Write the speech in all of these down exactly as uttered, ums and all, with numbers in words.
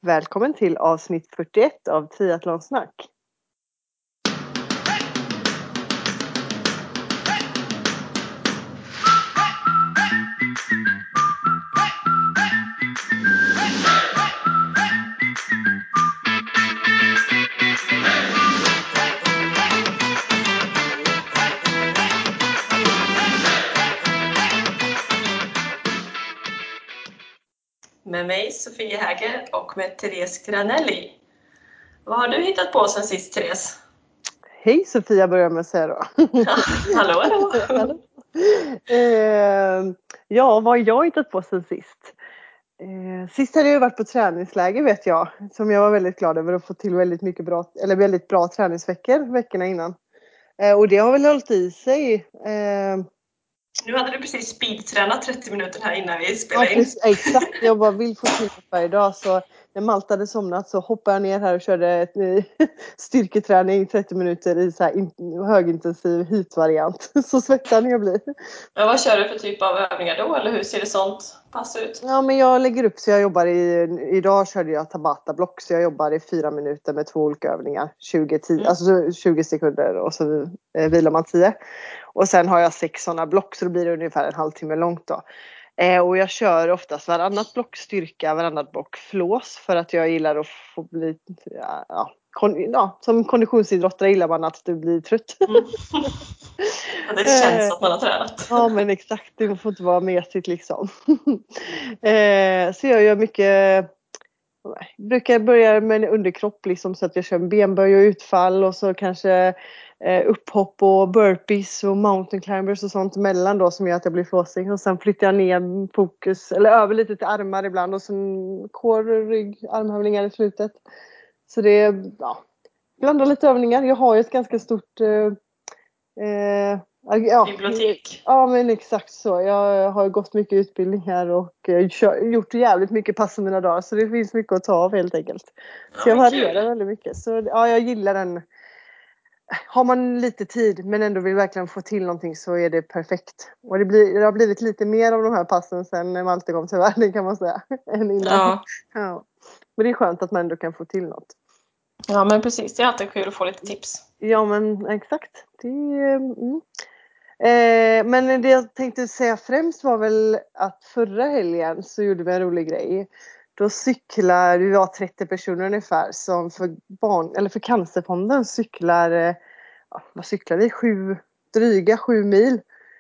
Välkommen till avsnitt fyrtioett av Triathlonsnack. Med mig Sofie Häger och med Therese Granelli. Vad har du hittat på sen sist, Therese? Hej Sofia, börjar med att säga då. Ja, hallå, hallå. hallå. Eh, ja, vad har jag hittat på sen sist? Eh, sist hade jag varit på träningsläger, vet jag. Som jag var väldigt glad över att få till väldigt mycket bra, eller väldigt bra träningsveckor veckorna innan. Eh, och det har väl hållit i sig. Eh, Nu hade du precis speedtränat trettio minuter här innan vi spelade Ja, in. precis, exakt. Jag bara vill få till något varje dag. Så när Malte hade somnat så hoppade jag ner här och körde ett styrketräning i trettio minuter i så här in, högintensiv hitvariant. Så svettig jag blir. Men vad kör du för typ av övningar då? Eller hur ser det sånt pass ut? Ja, men jag lägger upp så jag jobbar i... Idag körde jag Tabata-block så jag jobbar i fyra minuter med två olika övningar. tjugo, tio, mm. Alltså tjugo sekunder och så vilar man tio. Och sen har jag sex sådana block så då blir det ungefär en halvtimme långt då. Eh, och jag kör oftast varannat block styrka, varannat block flås för att jag gillar att få bli, ja, kon, ja som konditionsidrottare gillar man att du blir trött. Mm. Ja, det känns att man har tränat. Ja, men exakt, det får inte vara mesigt liksom. eh, så jag gör mycket, jag brukar börja med en underkropp liksom så att jag kör benböj och utfall och så kanske eh, upphopp och burpees och mountain climbers och sånt emellan då som gör att jag blir flåsig. Och sen flyttar jag ner fokus eller över lite till armar ibland och sen core, rygg, armhävningar i slutet. Så det är, ja, blandar lite övningar. Jag har ju ett ganska stort eh, eh, ja, bibliotek. Ja, men exakt så. Jag har gått mycket utbildning här och gjort jävligt mycket pass i mina dagar. Så det finns mycket att ta av helt enkelt. Så Ja, jag varierar kul. väldigt mycket. Så ja, jag gillar den. Har man lite tid men ändå vill verkligen få till någonting så är det perfekt. Och det, blir, det har blivit lite mer av de här passen sen när Malte kom till världen kan man säga. Än innan. Ja. Ja. Men det är skönt att man ändå kan få till något. Ja, men precis. Det är alltid kul att få lite tips. Ja, men exakt. Det är... Mm. Eh, men det jag tänkte säga främst var väl att förra helgen så gjorde vi en rolig grej. Då cyklar, vi var trettio personer ungefär som för barn, eller för Cancerfonden cyklar, eh, ja, vad cyklar vi? Sju, dryga sju mil.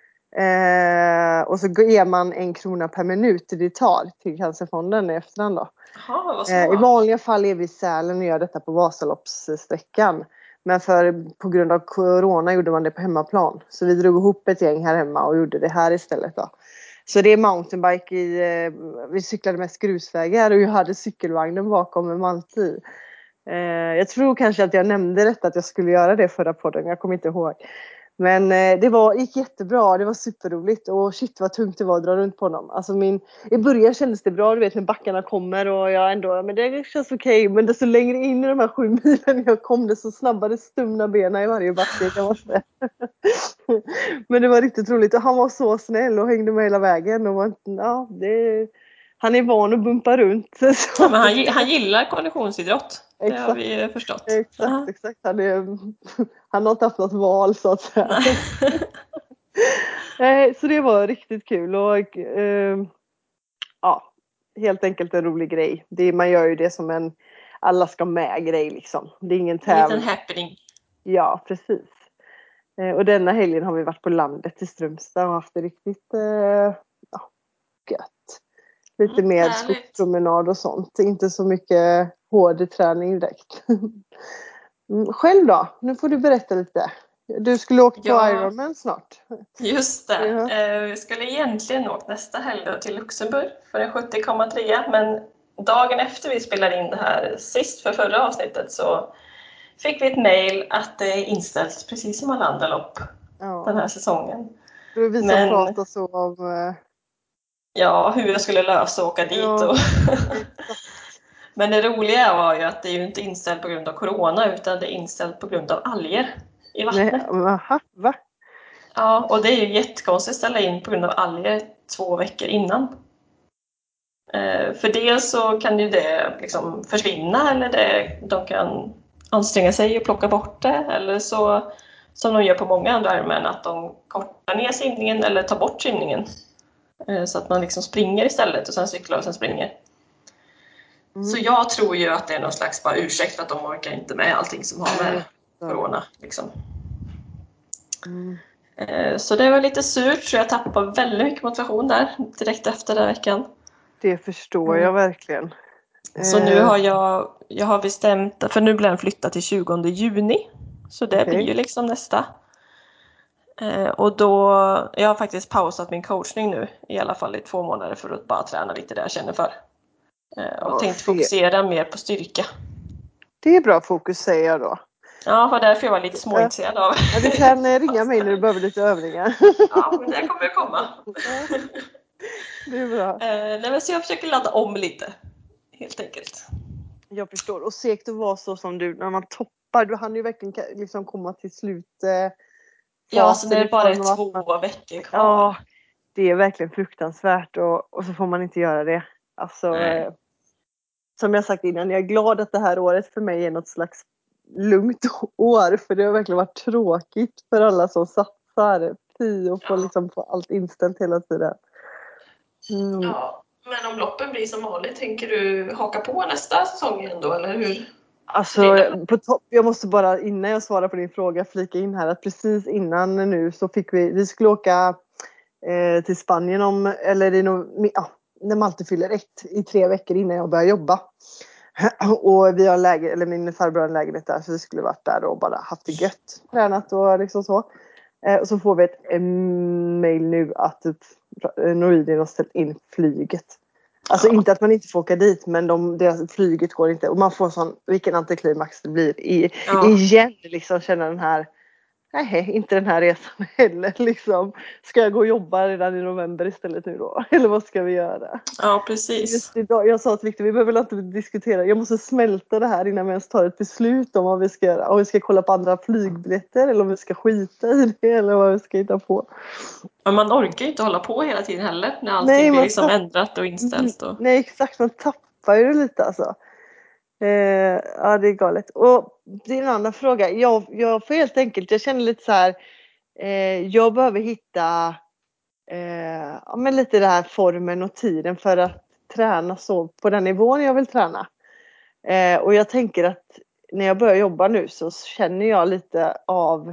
Eh, och så ger man en krona per minut det tar till Cancerfonden i efterhand då. Jaha, vad Eh, I smart. vanliga fall är vi i Sälen och gör detta på Vasaloppssträckan. Men för, på grund av corona gjorde man det på hemmaplan. Så vi drog ihop ett gäng här hemma och gjorde det här istället då. Så det är mountainbike i, eh, vi cyklade mest grusvägar och jag hade cykelvagnen bakom med Malte i. Eh, jag tror kanske att jag nämnde detta att jag skulle göra det förra podden, jag kommer inte ihåg. Men eh, det var, gick jättebra, det var superroligt och shit vad tungt det var att dra runt på dem. Alltså min, i början kändes det bra, du vet när backarna kommer och jag ändå, men det känns okej. Men desto längre in i de här sju milen jag kom det så snabbare stumna benen i varje backe kan man säga. Men det var riktigt roligt och han var så snäll och hängde med hela vägen. Och var, ja, det, han är van att bumpa runt. Så. Ja, men han, han gillar konditionsidrott. Det Exakt. har vi förstått. Exakt, uh-huh. exakt. Han, är, han har inte haft något val så att säga. Nej, så det var riktigt kul och eh, ja, helt enkelt en rolig grej. Det, man gör ju det som en alla ska med grej liksom. Det är ingen tävling. En liten happening. Ja, precis. Eh, och denna helgen har vi varit på landet i Strömstad och haft det riktigt eh, ja, gött. Lite Mm, mer härligt. skogspromenad och sånt. Inte så mycket hård träning direkt. mm, själv då? Nu får du berätta lite. Du skulle åka på Ja, Ironman snart. Just det. Ja. Vi skulle egentligen åka nästa helg till Luxemburg för en sjuttio komma tre. Men dagen efter vi spelade in det här sist för förra avsnittet så fick vi ett mejl att det är inställt precis som alla andra lopp Ja. den här säsongen. Det är vi som Men, pratar så om... Ja, hur jag skulle lösa och åka dit. Ja, och Men det roliga var ju att det är ju inte inställt på grund av corona utan det är inställt på grund av alger i vattnet. Nej, aha, va? Ja, och det är ju jättekonstigt att ställa in på grund av alger två veckor innan. Eh, för dels så kan ju det liksom försvinna eller det, de kan anstränga sig och plocka bort det, eller så som de gör på många andra Ironman, att de kortar ner simningen eller tar bort simningen. Eh, så att man liksom springer istället och sen cyklar och sen springer. Mm. Så jag tror ju att det är någon slags bara ursäkt för att de orkar inte med allting som har med corona. Liksom. Mm. Eh, så det var lite surt, så jag tappade väldigt mycket motivation där direkt efter den veckan. Det förstår jag verkligen. Så nu har jag, jag har bestämt, för nu blir den flyttad till tjugonde juni. Så det Okej. blir ju liksom nästa. Eh, och då, jag har faktiskt pausat min coachning nu i alla fall i två månader för att bara träna lite det jag känner för. Eh, och Ja, tänkt se. fokusera mer på styrka. Det är bra fokus, säger jag då. Ja, var därför jag var lite småintresserad av. Ja, du kan eh, ringa mig när du behöver lite övningar. Ja, men det kommer att komma. Ja, det är bra. Eh, nej, men så jag försöker ladda om lite, helt enkelt. Jag förstår. Och segt att vara så som du, när man toppar. Du hann ju verkligen liksom komma till slut. Eh, Ja, så när det bara är man, två veckor kvar. Ja, det är verkligen fruktansvärt. Och, och så får man inte göra det. Alltså, eh, som jag sagt innan, jag är glad att det här året för mig är något slags lugnt år. För det har verkligen varit tråkigt för alla som satsar tid och får Ja. liksom få allt inställt hela tiden. Mm. Ja, men om loppen blir som vanligt, tänker du haka på nästa säsong ändå, eller hur? Alltså, på topp, jag måste bara innan jag svarar på din fråga flika in här att precis innan nu så fick vi, vi skulle åka eh, till Spanien om, eller i no, ja, när Malte fyller ett i tre veckor innan jag börjar jobba. Och vi har läge, eller min farbror har en lägenhet där, så vi skulle varit där och bara haft det gött, tränat och liksom så. Eh, och så får vi ett eh, mail nu att typ, Norwegian har ställt in flyget. Alltså ja. Inte att man inte får åka dit, men de, deras flyget går inte. Och man får sån, vilken antiklimax det blir. I, Ja. Igen liksom känna den här, nej, inte den här resan heller liksom. Ska jag gå och jobba redan i november istället nu då? Eller vad ska vi göra? Ja, precis. Just idag, jag sa till Victor, vi behöver inte diskutera. Jag måste smälta det här innan vi ens tar ett beslut om vad vi ska göra. Om vi ska kolla på andra flygbiljetter eller om vi ska skita i det eller vad vi ska hitta på. Men man orkar ju inte hålla på hela tiden heller när allting Nej, blir liksom tapp- ändrat och inställt. Och... Nej, exakt. Man tappar ju det lite alltså. Eh, ja, det är galet. Och det är en annan fråga. Jag, jag får helt enkelt, jag känner lite så här. Eh, jag behöver hitta eh, ja, men lite den här formen och tiden för att träna så på den nivån jag vill träna. Eh, och jag tänker att när jag börjar jobba nu så känner jag lite av,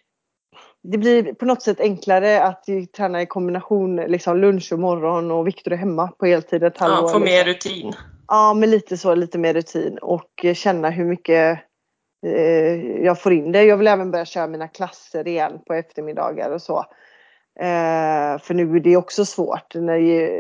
det blir på något sätt enklare att träna i kombination liksom lunch och morgon och Victor är hemma på heltid ett halvår. Ja, få liksom. mer rutin. Ja, men lite så, lite mer rutin och känna hur mycket eh, jag får in det. Jag vill även börja köra mina klasser igen på eftermiddagar och så. Eh, för nu är det också svårt när,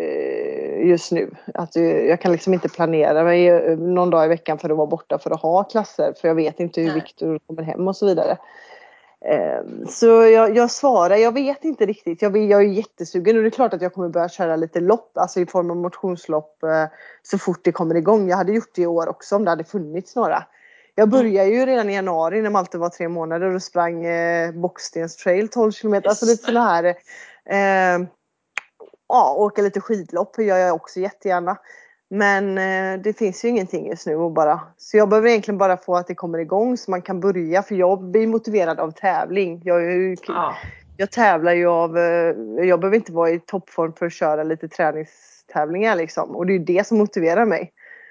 just nu. Att jag kan liksom inte planera mig någon dag i veckan för att vara borta för att ha klasser. För jag vet inte hur Victor kommer hem och så vidare. Eh, så jag, jag svarar, jag vet inte riktigt. Jag, jag är jättesugen och det är klart att jag kommer börja köra lite lopp. Alltså i form av motionslopp eh, så fort det kommer igång. Jag hade gjort det i år också om det hade funnits några. Jag började ju redan i januari när Malte var tre månader och sprang eh, Bockstens trail tolv kilometer. Alltså lite sådana här, eh, ja, åka lite skidlopp gör jag också jättegärna. Men eh, det finns ju ingenting just nu och bara. Så jag behöver egentligen bara få att det kommer igång så man kan börja. För jag blir motiverad av tävling. Jag, är ju, Ja. jag tävlar ju av, eh, jag behöver inte vara i toppform för att köra lite träningstävlingar liksom. Och det är ju det som motiverar mig.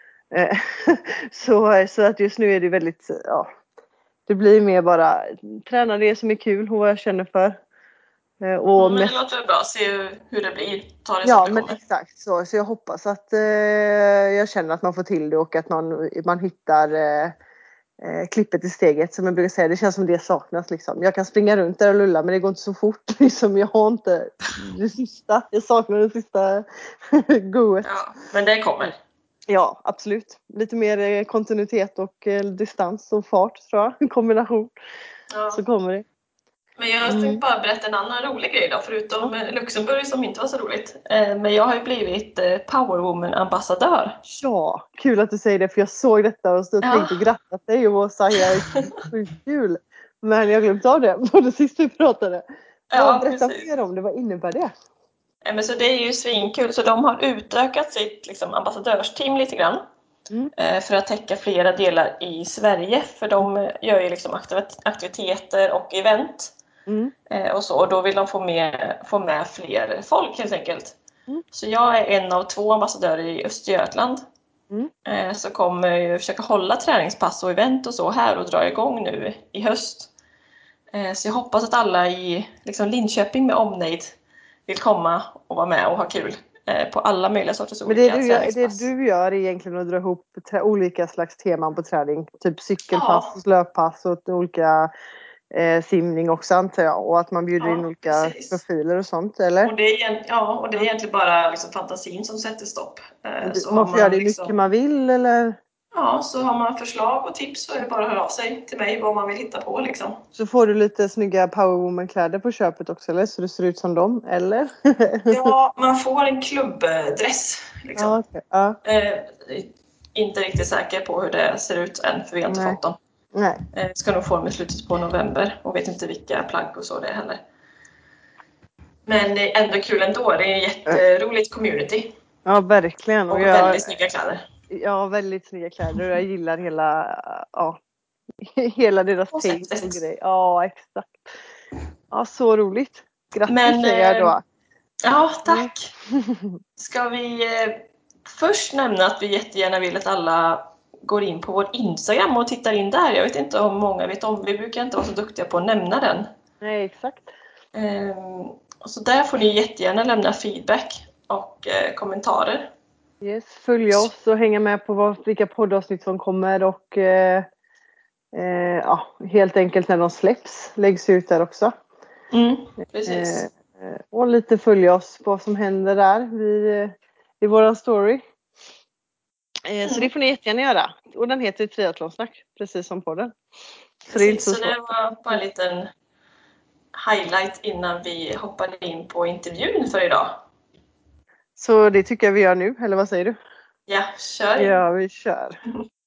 så, så att just nu är det väldigt, ja, det blir mer bara träna det som är kul och vad jag känner för. Och mm, men mest... det låter bra, se hur det blir, ta det Ja, som det men kommer. exakt så. Så jag hoppas att eh, jag känner att man får till det och att man, man hittar eh, klippet i steget som jag brukar säga. Det känns som det saknas liksom. Jag kan springa runt där och lulla men det går inte så fort. Liksom, jag har inte det sista. Jag saknar det sista goet. Ja, men det kommer. Ja, absolut. Lite mer kontinuitet och eh, distans och fart tror jag. En kombination. Ja. Så kommer det. Men jag tänkte Mm. bara berätta en annan rolig grej då, förutom Ja. Luxemburg som inte var så roligt. Men jag har ju blivit Powerwoman-ambassadör. Ja, kul att du säger det för jag såg detta och stod och tänkte Ja. gratta dig och sa jag sjukt kul. Men jag glömde av det både sist vi pratade. Ja, Ja, berätta precis. mer om det, vad innebär det? Men så det är ju svinkul. Så de har utökat sitt liksom, ambassadörsteam lite grann. Mm. För att täcka flera delar i Sverige. För de gör ju liksom aktiviteter och event. Mm. Och så. Och då vill de få med, få med fler folk helt enkelt. Mm. Så jag är en av två ambassadörer i Östergötland. Mm. Så kommer jag försöka hålla träningspass och event och så här och dra igång nu i höst. Så jag hoppas att alla i liksom Linköping med omnejd vill komma och vara med och ha kul på alla möjliga sorters olika träningspass. Men det du, träningspass. det du gör är egentligen att dra ihop trä, olika slags teman på träning. Typ cykelpass, ja. Löppass och olika eh, simning också antar jag. Och att man bjuder ja, in olika precis. Profiler och sånt, eller? Och det är, ja, och det är egentligen bara liksom fantasin som sätter stopp. Så man får göra det liksom, mycket man vill, eller? Ja, så har man förslag och tips så är det bara att höra av sig till mig vad man vill hitta på liksom. Så får du lite snygga powerwoman-kläder på köpet också, eller? Så du ser ut som dem, eller? Ja, man får en klubbdress liksom. Ja, okay. Ja. Eh, inte riktigt säker på hur det ser ut än, för vi har inte Nej. fått dem. Nej. Eh, ska nog få dem i slutet på november och vet inte vilka plagg och så det är heller. Men det är ändå kul ändå. Det är en jätteroligt community. Ja, verkligen. Och, och jag, väldigt snygga kläder. Ja, väldigt snygga kläder. Och jag gillar hela, ja, hela deras take och grej. Ja, exakt. Ja, så roligt. Grattis Men, säger jag då. Ja, tack. Mm. Ska vi eh, först nämna att vi jättegärna vill att alla går in på vår Instagram och tittar in där. Jag vet inte om många vet om. Vi brukar inte vara så duktiga på att nämna den. Nej, exakt. Eh, så där får ni jättegärna lämna feedback och eh, kommentarer. Yes, följa oss och hänga med på vad, vilka poddavsnitt som kommer och eh, eh, ja, helt enkelt när de släpps läggs ut där också. Mm, precis. Eh, och lite följa oss på vad som händer där vi, i våran story. Eh, mm. Så det får ni jättegärna göra. Och den heter Triathlonsnack, precis som podden. Så, precis, det, är inte så, så det var bara en liten highlight innan vi hoppade in på intervjun för idag. Så det tycker jag vi gör nu, eller vad säger du? Ja, kör. Ja, vi kör.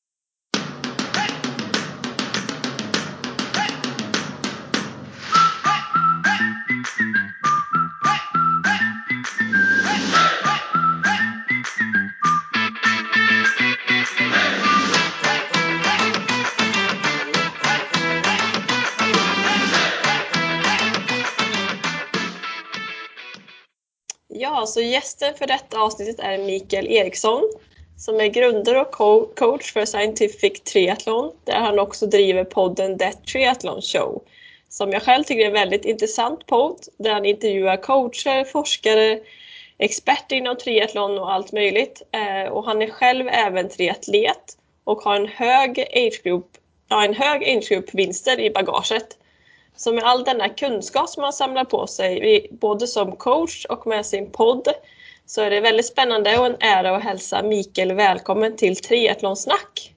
Ja, så gästen för detta avsnittet är Mikael Eriksson som är grundare och coach för Scientific Triathlon, där han också driver podden The Triathlon Show, som jag själv tycker är en väldigt intressant podd där han intervjuar coacher, forskare, experter inom triathlon och allt möjligt. Och han är själv även triatlet och har en hög age group, ja, en hög age group vinster i bagaget. Så med all denna kunskap som man samlar på sig, både som coach och med sin podd, så är det väldigt spännande och en ära att hälsa Mikael välkommen till Triathlonsnack.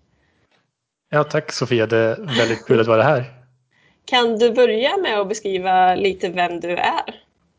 Ja, tack Sofia, det är väldigt kul att vara här. Kan du börja med att beskriva lite vem du är?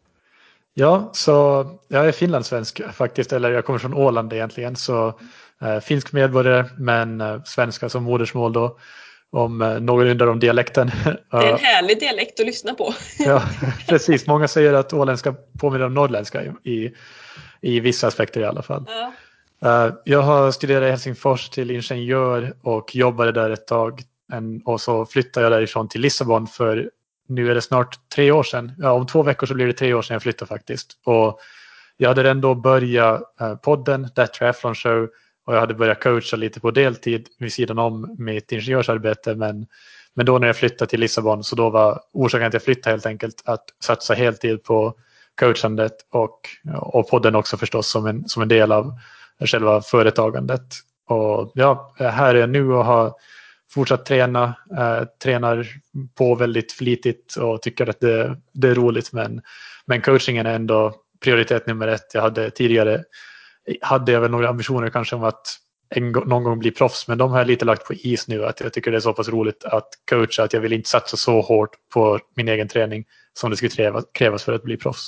Ja, så jag är finlandssvensk faktiskt, eller jag kommer från Åland egentligen, så eh, finsk medborgare men eh, svenska som modersmål då. Om eh, någon undrar om dialekten. Det är en härlig dialekt att lyssna på. Ja, precis. Många säger att åländska påminner om norrländska i, i, i vissa aspekter i alla fall. Ja. Uh, jag har studerat i Helsingfors till ingenjör och jobbade där ett tag. En, och så flyttade jag därifrån till Lissabon för nu är det snart tre år sedan. Ja, om två veckor så blir det tre år sedan jag flyttade faktiskt. Och jag hade ändå börjat uh, podden, The Triathlon Show. Och jag hade börjat coacha lite på deltid vid sidan om mitt ingenjörsarbete. Men, men då när jag flyttade till Lissabon så då var orsaken att jag flyttade helt enkelt att satsa heltid på coachandet och, och podden också förstås som en, som en del av själva företagandet. Och ja, här är jag nu och har fortsatt träna, eh, tränar på väldigt flitigt och tycker att det, det är roligt. Men, men coachingen är ändå prioritet nummer ett. Jag hade tidigare hade jag väl några ambitioner kanske om att en, någon gång bli proffs, men de har jag lite lagt på is nu, att jag tycker det är så pass roligt att coacha att jag vill inte satsa så hårt på min egen träning som det skulle krävas, krävas för att bli proffs.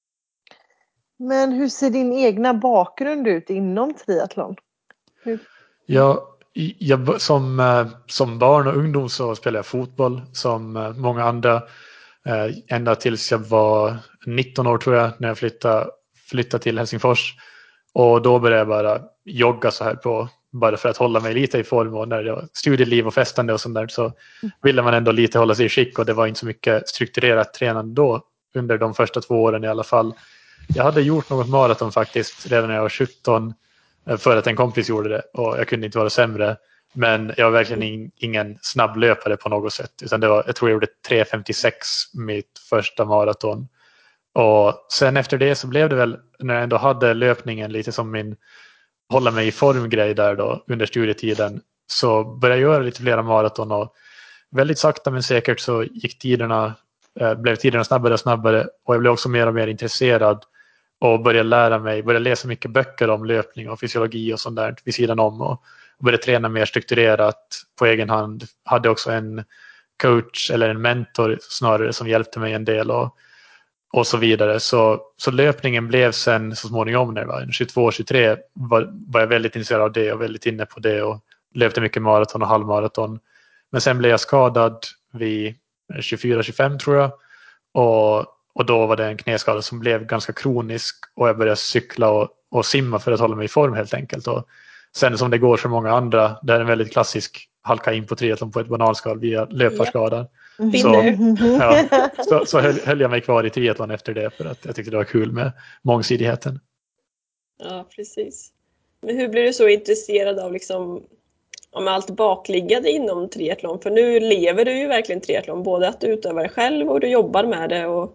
Men hur ser din egna bakgrund ut inom triathlon? Hur? Ja, jag, som, som barn och ungdom så spelade jag fotboll som många andra, ända tills jag var nitton år tror jag, när jag flyttade flytta till Helsingfors. Och då började jag bara jogga så här på, bara för att hålla mig lite i form. Och när det var studieliv och festande och sånt där så ville man ändå lite hålla sig i skick. Och det var inte så mycket strukturerat tränande då under de första två åren i alla fall. Jag hade gjort något maraton faktiskt redan när jag var sjutton för att en kompis gjorde det. Och jag kunde inte vara sämre. Men jag var verkligen in, ingen snabblöpare på något sätt. Utan det var, jag tror jag gjorde tre femtiosex mitt första maraton. Och sen efter det så blev det väl, när jag ändå hade löpningen lite som min hålla mig i formgrej där då under studietiden, så började jag göra lite flera maraton och väldigt sakta men säkert så gick tiderna, eh, blev tiderna snabbare och snabbare och jag blev också mer och mer intresserad och började lära mig, började läsa mycket böcker om löpning och fysiologi och sånt där vid sidan om och började träna mer strukturerat på egen hand. Hade också en coach eller en mentor snarare som hjälpte mig en del och och så vidare. Så, så löpningen blev sen så småningom när jag var tjugotvå tjugotre var, var jag väldigt intresserad av det och väldigt inne på det och löpte mycket maraton och halvmaraton. Men sen blev jag skadad vid tjugofyra tjugofem tror jag. Och, och då var det en knäskada som blev ganska kronisk och jag började cykla och, och simma för att hålla mig i form helt enkelt. Och sen som det går för många andra, det är en väldigt klassisk halka in på triathlon på ett bananskal via löparskadan. Ja. Så, ja, så, så höll, höll jag mig kvar i triathlon efter det för att jag tyckte det var kul med mångsidigheten. Ja, precis. Men hur blir du så intresserad av liksom, om allt bakliggande inom triathlon? För nu lever du ju verkligen triathlon, både att du utövar det själv och du jobbar med det. Och...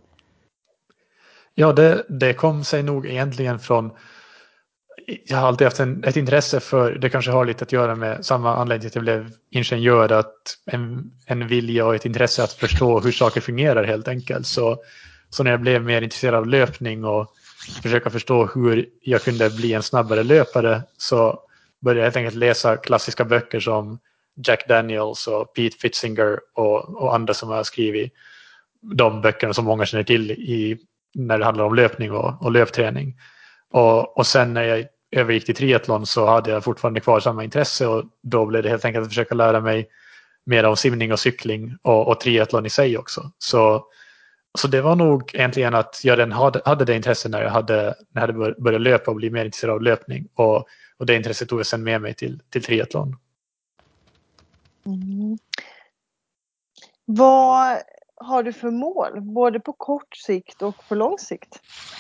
Ja, det, det kom sig nog egentligen från, jag har alltid haft en, ett intresse för, det kanske har lite att göra med samma anledning till att jag blev ingenjör, att en, en vilja och ett intresse att förstå hur saker fungerar helt enkelt. Så, så när jag blev mer intresserad av löpning och försöka förstå hur jag kunde bli en snabbare löpare så började jag helt enkelt läsa klassiska böcker som Jack Daniels och Pete Fitzinger och, och andra som har skrivit de böckerna som många känner till i, när det handlar om löpning och, och löpträning. Och, och sen när jag övergick till triathlon så hade jag fortfarande kvar samma intresse och då blev det helt enkelt att försöka lära mig mer om simning och cykling och, och triathlon i sig också. Så, så det var nog egentligen att jag redan hade, hade det intresset när jag hade, när jag hade börjat löpa och bli mer intresserad av löpning och, och det intresset tog jag sen med mig till, till triathlon. Mm. Vad har du för mål? Både på kort sikt och på lång sikt?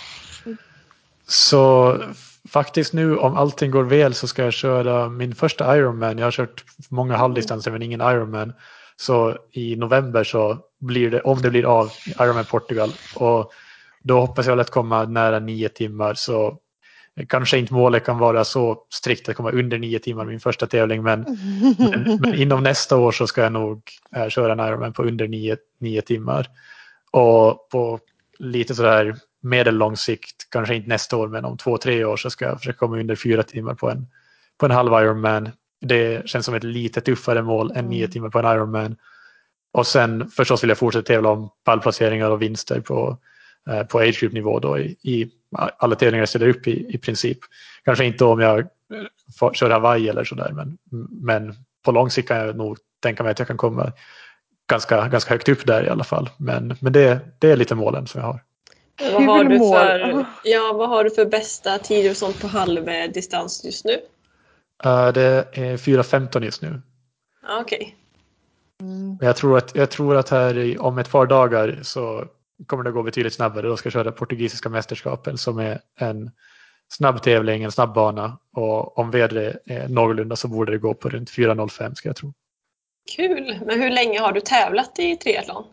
Så faktiskt nu om allting går väl så ska jag köra min första Ironman. Jag har kört många halvdistanser men ingen Ironman. Så i november så blir det, om det blir av, Ironman Portugal. Och då hoppas jag att komma nära nio timmar. Så kanske inte målet kan vara så strikt att komma under nio timmar min första tävling. Men, men, men inom nästa år så ska jag nog äh, köra en Ironman på under nio, nio timmar. Och på lite sådär medellång sikt, kanske inte nästa år men om två, tre år så ska jag försöka komma under fyra timmar på en, på en halv Ironman. Det känns som ett lite tuffare mål än mm. nio timmar på en Ironman. Och sen förstås vill jag fortsätta tävla om pallplaceringar och vinster på, eh, på age group nivå då i, i alla tävlingar jag ställer upp i, i princip. Kanske inte om jag får, kör Hawaii eller sådär men, men på lång sikt kan jag nog tänka mig att jag kan komma ganska, ganska högt upp där i alla fall. Men, men det, det är lite målen som jag har. Vad har, du för, ja, vad har du för bästa tider och sånt på halvdistans just nu? Uh, det är fyra femton just nu. Ah, okej. Okay. Mm. Jag tror att, jag tror att här i, om ett par dagar så kommer det gå betydligt snabbare. Då ska jag köra portugisiska mästerskapen som är en snabb tävling, en snabb bana. Och om vädret är någorlunda så borde det gå på runt fyra noll fem ska jag tro. Kul! Men hur länge har du tävlat i triathlon?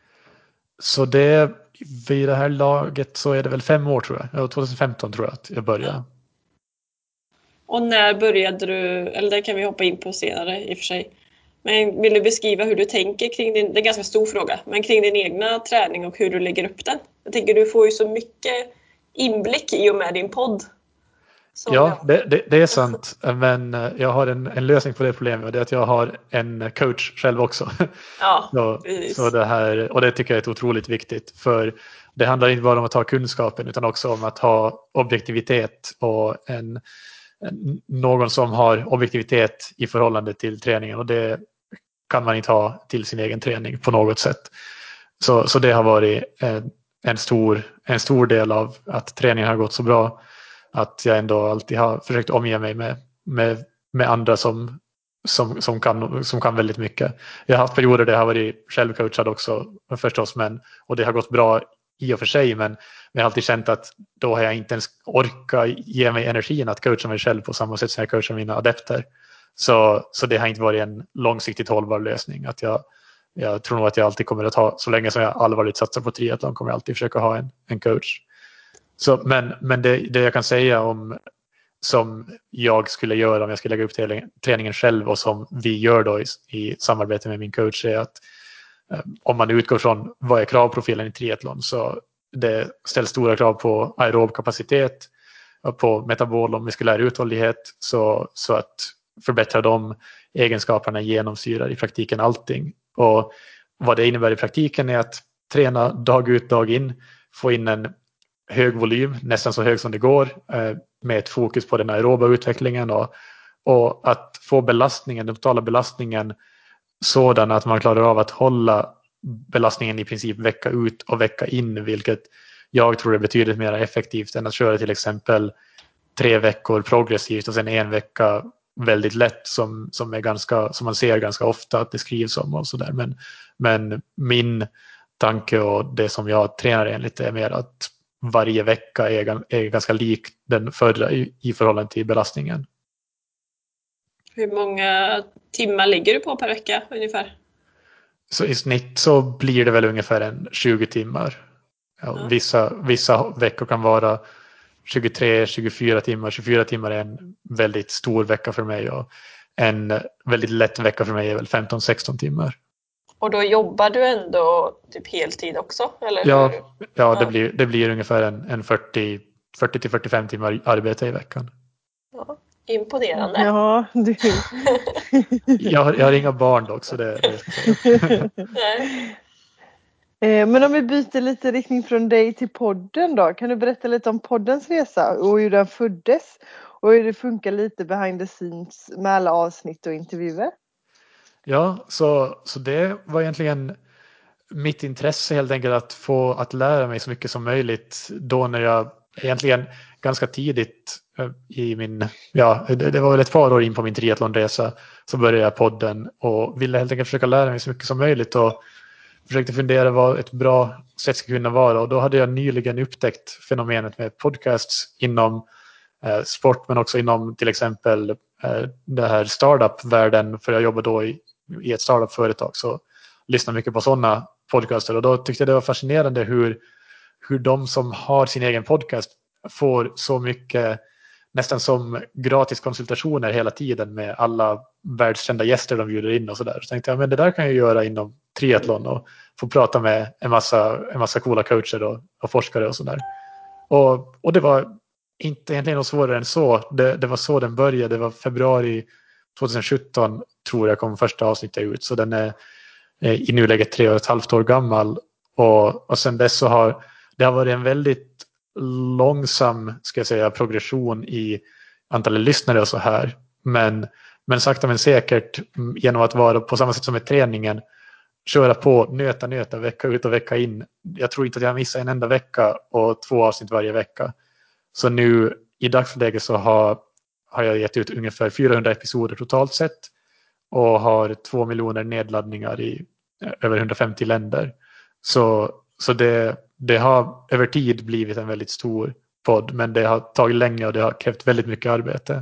Så det vid det här laget så är det väl fem år tror jag. tjugo femton tror jag att jag började. Ja. Och när började du, eller det kan vi hoppa in på senare i och för sig. Men vill du beskriva hur du tänker kring din, det är en ganska stor fråga, men kring din egna träning och hur du lägger upp den? Jag tänker du får ju så mycket inblick i och med din podd. Så ja, det, det, det är sant. Men jag har en, en lösning på det problemet och det är att jag har en coach själv också. Ja, så, så det här, och det tycker jag är otroligt viktigt. För det handlar inte bara om att ha kunskapen utan också om att ha objektivitet och en, en, någon som har objektivitet i förhållande till träningen. Och det kan man inte ha till sin egen träning på något sätt. Så, så det har varit en, en stor, en stor del av att träningen har gått så bra att jag ändå alltid har försökt omge mig med, med, med andra som, som, som, kan, som kan väldigt mycket. Jag har haft perioder där jag har varit självcoachad också förstås, men, och det har gått bra i och för sig, men jag har alltid känt att då har jag inte ens orkat ge mig energin att coacha mig själv på samma sätt som jag coachar mina adepter. Så, så det har inte varit en långsiktigt hållbar lösning. Att jag, jag tror nog att jag alltid kommer att ha, så länge som jag allvarligt satsar på triathlon, kommer jag alltid försöka ha en, en coach. Så, men men det, det jag kan säga om som jag skulle göra om jag skulle lägga upp träningen, träningen själv och som vi gör då i, i samarbete med min coach är att eh, om man utgår från vad är kravprofilen i triathlon, så det ställs stora krav på aerob kapacitet och på metabol och muskulär uthållighet, så, så att förbättra de egenskaperna genomsyrar i praktiken allting. Och vad det innebär i praktiken är att träna dag ut, dag in, få in en hög volym, nästan så hög som det går, eh, med ett fokus på den aeroba utvecklingen och, och att få belastningen, den totala belastningen sådan att man klarar av att hålla belastningen i princip vecka ut och vecka in, vilket jag tror är betydligt mer effektivt än att köra till exempel tre veckor progressivt och sen en vecka väldigt lätt som, som, är ganska, som man ser ganska ofta att det skrivs om och sådär. Men, men min tanke och det som jag tränar enligt är mer att varje vecka är, är ganska lik den förra i, i förhållande till belastningen. Hur många timmar ligger du på per vecka ungefär? Så i snitt så blir det väl ungefär en tjugo timmar. Ja, Ja. Vissa, vissa veckor kan vara tjugotre tjugofyra timmar. tjugofyra timmar är en väldigt stor vecka för mig och en väldigt lätt vecka för mig är väl femton sexton timmar. Och då jobbar du ändå typ heltid också? Eller ja, hur? ja, det blir, det blir ungefär en, en fyrtio till fyrtiofem timmar arbete i veckan. Ja, imponerande. Ja, du. jag, har, jag har inga barn dock, så det, det ska säga. Nej. Eh, Men om vi byter lite riktning från dig till podden då. Kan du berätta lite om poddens resa och hur den föddes? Och hur det funkar lite behind the scenes med alla avsnitt och intervjuer? Ja, så, så det var egentligen mitt intresse helt enkelt att få att lära mig så mycket som möjligt då när jag egentligen ganska tidigt i min, ja det, det var väl ett par år in på min triathlonresa så började jag podden och ville helt enkelt försöka lära mig så mycket som möjligt och försökte fundera vad ett bra sätt ska kunna vara och då hade jag nyligen upptäckt fenomenet med podcasts inom eh, sport men också inom till exempel eh, det här startup-världen, för jag jobbar då i, i ett startup-företag så lyssnar mycket på sådana podcaster och då tyckte jag det var fascinerande hur, hur de som har sin egen podcast får så mycket nästan som gratis konsultationer hela tiden med alla världskända gäster de bjuder in och sådär. Så tänkte jag, men det där kan jag göra inom triathlon och få prata med en massa, en massa coola coacher och, och forskare och sådär. Och, och det var inte egentligen något svårare än så. Det, det var så den började. Det var februari tjugosjutton tror jag kom första avsnittet ut. Så den är i nuläget tre och ett halvt år gammal. Och, och sen dess så har det har varit en väldigt långsam ska jag säga, progression i antalet lyssnare och så här. Men, men sakta men säkert genom att vara på samma sätt som med träningen köra på, nöta, nöta, vecka ut och vecka in. Jag tror inte att jag missar en enda vecka och två avsnitt varje vecka. Så nu i dagsläget så har, har jag gett ut ungefär fyrahundra episoder totalt sett och har två miljoner nedladdningar i över hundrafemtio länder. Så, så det, det har över tid blivit en väldigt stor podd, men det har tagit länge och det har krävt väldigt mycket arbete.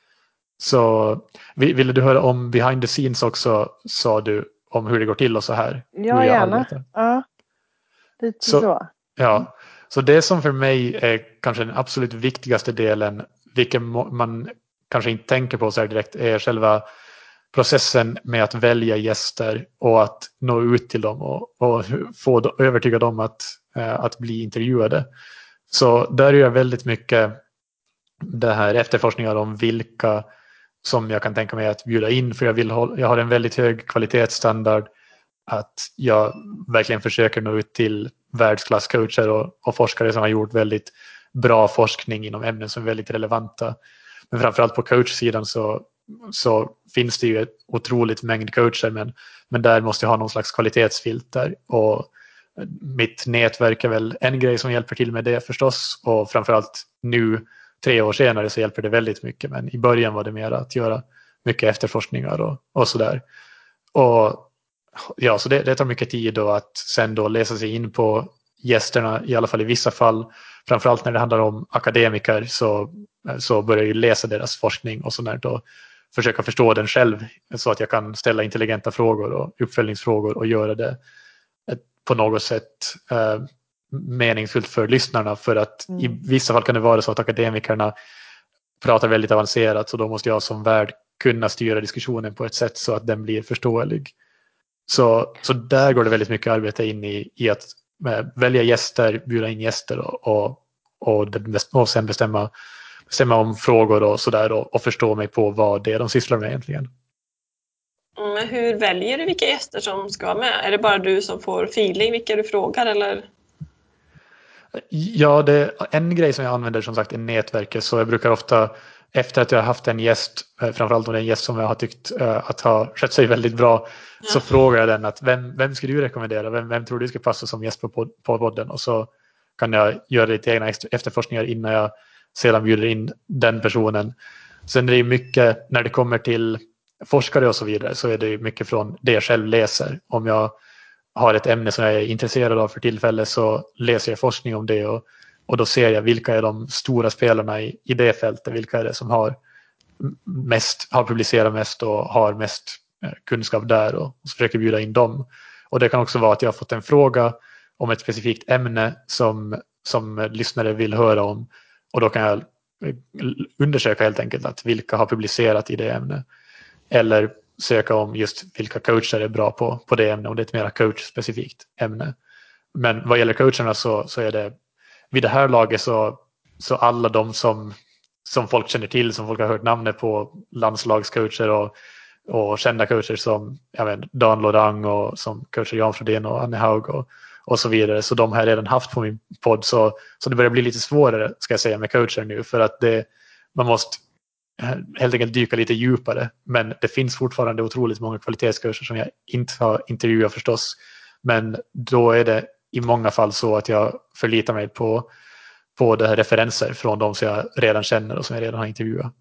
Så ville du höra om behind the scenes också, sa du, om hur det går till och så här? Ja, gärna. Ja, lite så. så. Ja, så det som för mig är kanske den absolut viktigaste delen, vilken man kanske inte tänker på så här direkt, är själva processen med att välja gäster och att nå ut till dem och, och få övertyga dem att, äh, att bli intervjuade. Så där är jag väldigt mycket det här efterforskningar om vilka som jag kan tänka mig att bjuda in, för jag, vill hålla, jag har en väldigt hög kvalitetsstandard, att jag verkligen försöker nå ut till världsklasscoacher och, och forskare som har gjort väldigt bra forskning inom ämnen som är väldigt relevanta. Men framförallt på coachsidan så, så finns det ju ett otroligt mängd coacher, men, men där måste jag ha någon slags kvalitetsfilter och mitt nätverk är väl en grej som hjälper till med det förstås, och framförallt nu tre år senare så hjälper det väldigt mycket, men i början var det mer att göra mycket efterforskningar och, och sådär. Och ja, så det, det tar mycket tid då att sen då läsa sig in på gästerna, i alla fall i vissa fall. Framförallt när det handlar om akademiker så, så börjar jag läsa deras forskning och sådär och försöka förstå den själv så att jag kan ställa intelligenta frågor och uppföljningsfrågor och göra det på något sätt eh, meningsfullt för lyssnarna, för att mm. i vissa fall kan det vara så att akademikerna pratar väldigt avancerat, så då måste jag som värd kunna styra diskussionen på ett sätt så att den blir förståelig. Så, så där går det väldigt mycket arbete in i, i att med, välja gäster, bjuda in gäster och, och, och, och sen bestämma, bestämma om frågor och sådär och, och förstå mig på vad det är de sysslar med egentligen. Mm, hur väljer du vilka gäster som ska vara med? Är det bara du som får feeling vilka du frågar eller? Ja, det, en grej som jag använder som sagt är nätverket, så jag brukar ofta efter att jag har haft en gäst, framförallt om det är en gäst som jag har tyckt uh, att ha skött sig väldigt bra, ja. Så frågar jag den att vem, vem skulle du rekommendera? Vem, vem tror du ska passa som gäst på, på, på podden? Och så kan jag göra lite egna efterforskningar innan jag sedan bjuder in den personen. Sen är det mycket, när det kommer till forskare och så vidare, så är det mycket från det jag själv läser. Om jag har ett ämne som jag är intresserad av för tillfället så läser jag forskning om det och, och då ser jag vilka är de stora spelarna i, i det fältet, vilka är det som har mest, har publicerat mest och har mest kunskap där, och, och så försöker jag bjuda in dem. Och det kan också vara att jag har fått en fråga om ett specifikt ämne som, som lyssnare vill höra om, och då kan jag undersöka helt enkelt att vilka har publicerat i det ämnet, eller söka om just vilka coacher är bra på, på det ämnet, och det är ett mer coach-specifikt ämne. Men vad gäller coacherna så, så är det vid det här laget så, så alla de som, som folk känner till, som folk har hört namnet på, landslagscoacher och, och kända coacher som jag vet, Dan Lorang och som coacher Jan Frodén och Anne Haug och, och så vidare. Så de har jag redan haft på min podd, så, så det börjar bli lite svårare ska jag säga med coacher nu, för att det, man måste helt enkelt dyka lite djupare, men det finns fortfarande otroligt många kvalitetskurser som jag inte har intervjuat förstås, men då är det i många fall så att jag förlitar mig på, på det här referenser från de som jag redan känner och som jag redan har intervjuat.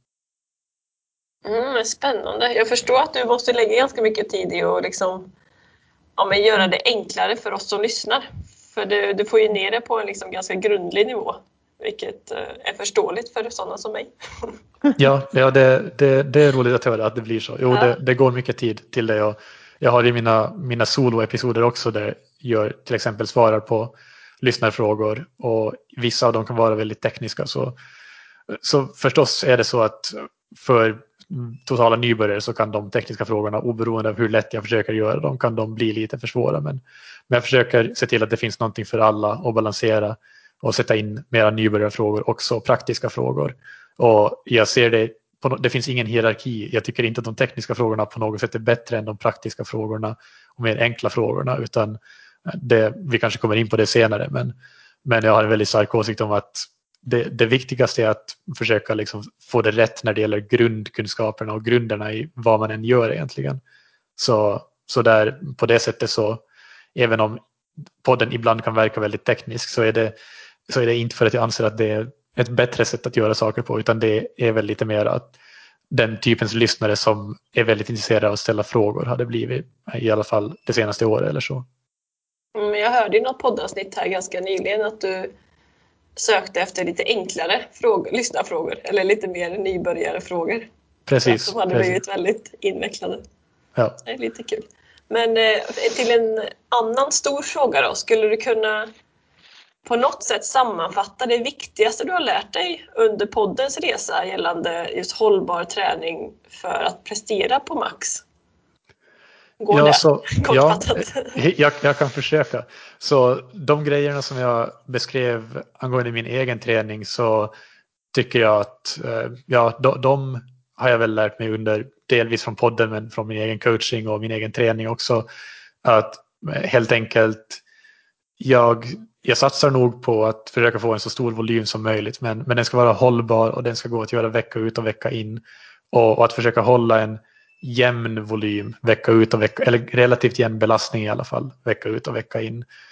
Mm, spännande. Jag förstår att du måste lägga ganska mycket tid i att liksom, ja, men göra det enklare för oss som lyssnar, för du, du får ju ner det på en liksom ganska grundlig nivå, vilket är förståeligt för sådana som mig. Ja, ja det, det, det är roligt att höra att det blir så. Jo, ja. det, det går mycket tid till det. Och jag har i mina, mina solo-episoder också där jag till exempel svarar på lyssnarfrågor, och vissa av dem kan vara väldigt tekniska. Så, så förstås är det så att för totala nybörjare så kan de tekniska frågorna, oberoende av hur lätt jag försöker göra dem, kan de bli lite för svåra. Men, men jag försöker se till att det finns någonting för alla och balansera och sätta in mera nybörjarfrågor, också praktiska frågor. Och jag ser det, på, det finns ingen hierarki. Jag tycker inte att de tekniska frågorna på något sätt är bättre än de praktiska frågorna och mer enkla frågorna, utan det, vi kanske kommer in på det senare. Men, men jag har en väldigt stark åsikt om att det, det viktigaste är att försöka liksom få det rätt när det gäller grundkunskaperna och grunderna i vad man än gör egentligen. Så, så där, på det sättet så, även om podden ibland kan verka väldigt teknisk, så är det, så är det inte för att jag anser att det är ett bättre sätt att göra saker på, utan det är väl lite mer att den typens lyssnare som är väldigt intresserade av att ställa frågor hade blivit i alla fall det senaste året eller så. Mm, jag hörde i något poddavsnitt här ganska nyligen att du sökte efter lite enklare frågor, lyssnarfrågor, eller lite mer nybörjarfrågor. Precis. Som hade precis. blivit väldigt invecklade. Ja. Det är lite kul. Men eh, till en annan stor fråga då, skulle du kunna på något sätt sammanfatta det viktigaste du har lärt dig under poddens resa gällande just hållbar träning för att prestera på max? Går ja, det? så, Kortfattat. Ja, jag, jag kan försöka. Så de grejerna som jag beskrev angående min egen träning, så tycker jag att ja, de, de har jag väl lärt mig under, delvis från podden men från min egen coaching och min egen träning också, att helt enkelt jag, jag satsar nog på att försöka få en så stor volym som möjligt, men, men den ska vara hållbar och den ska gå att göra vecka ut och vecka in, och, och att försöka hålla en jämn volym vecka ut och vecka, eller relativt jämn belastning i alla fall vecka ut och vecka in.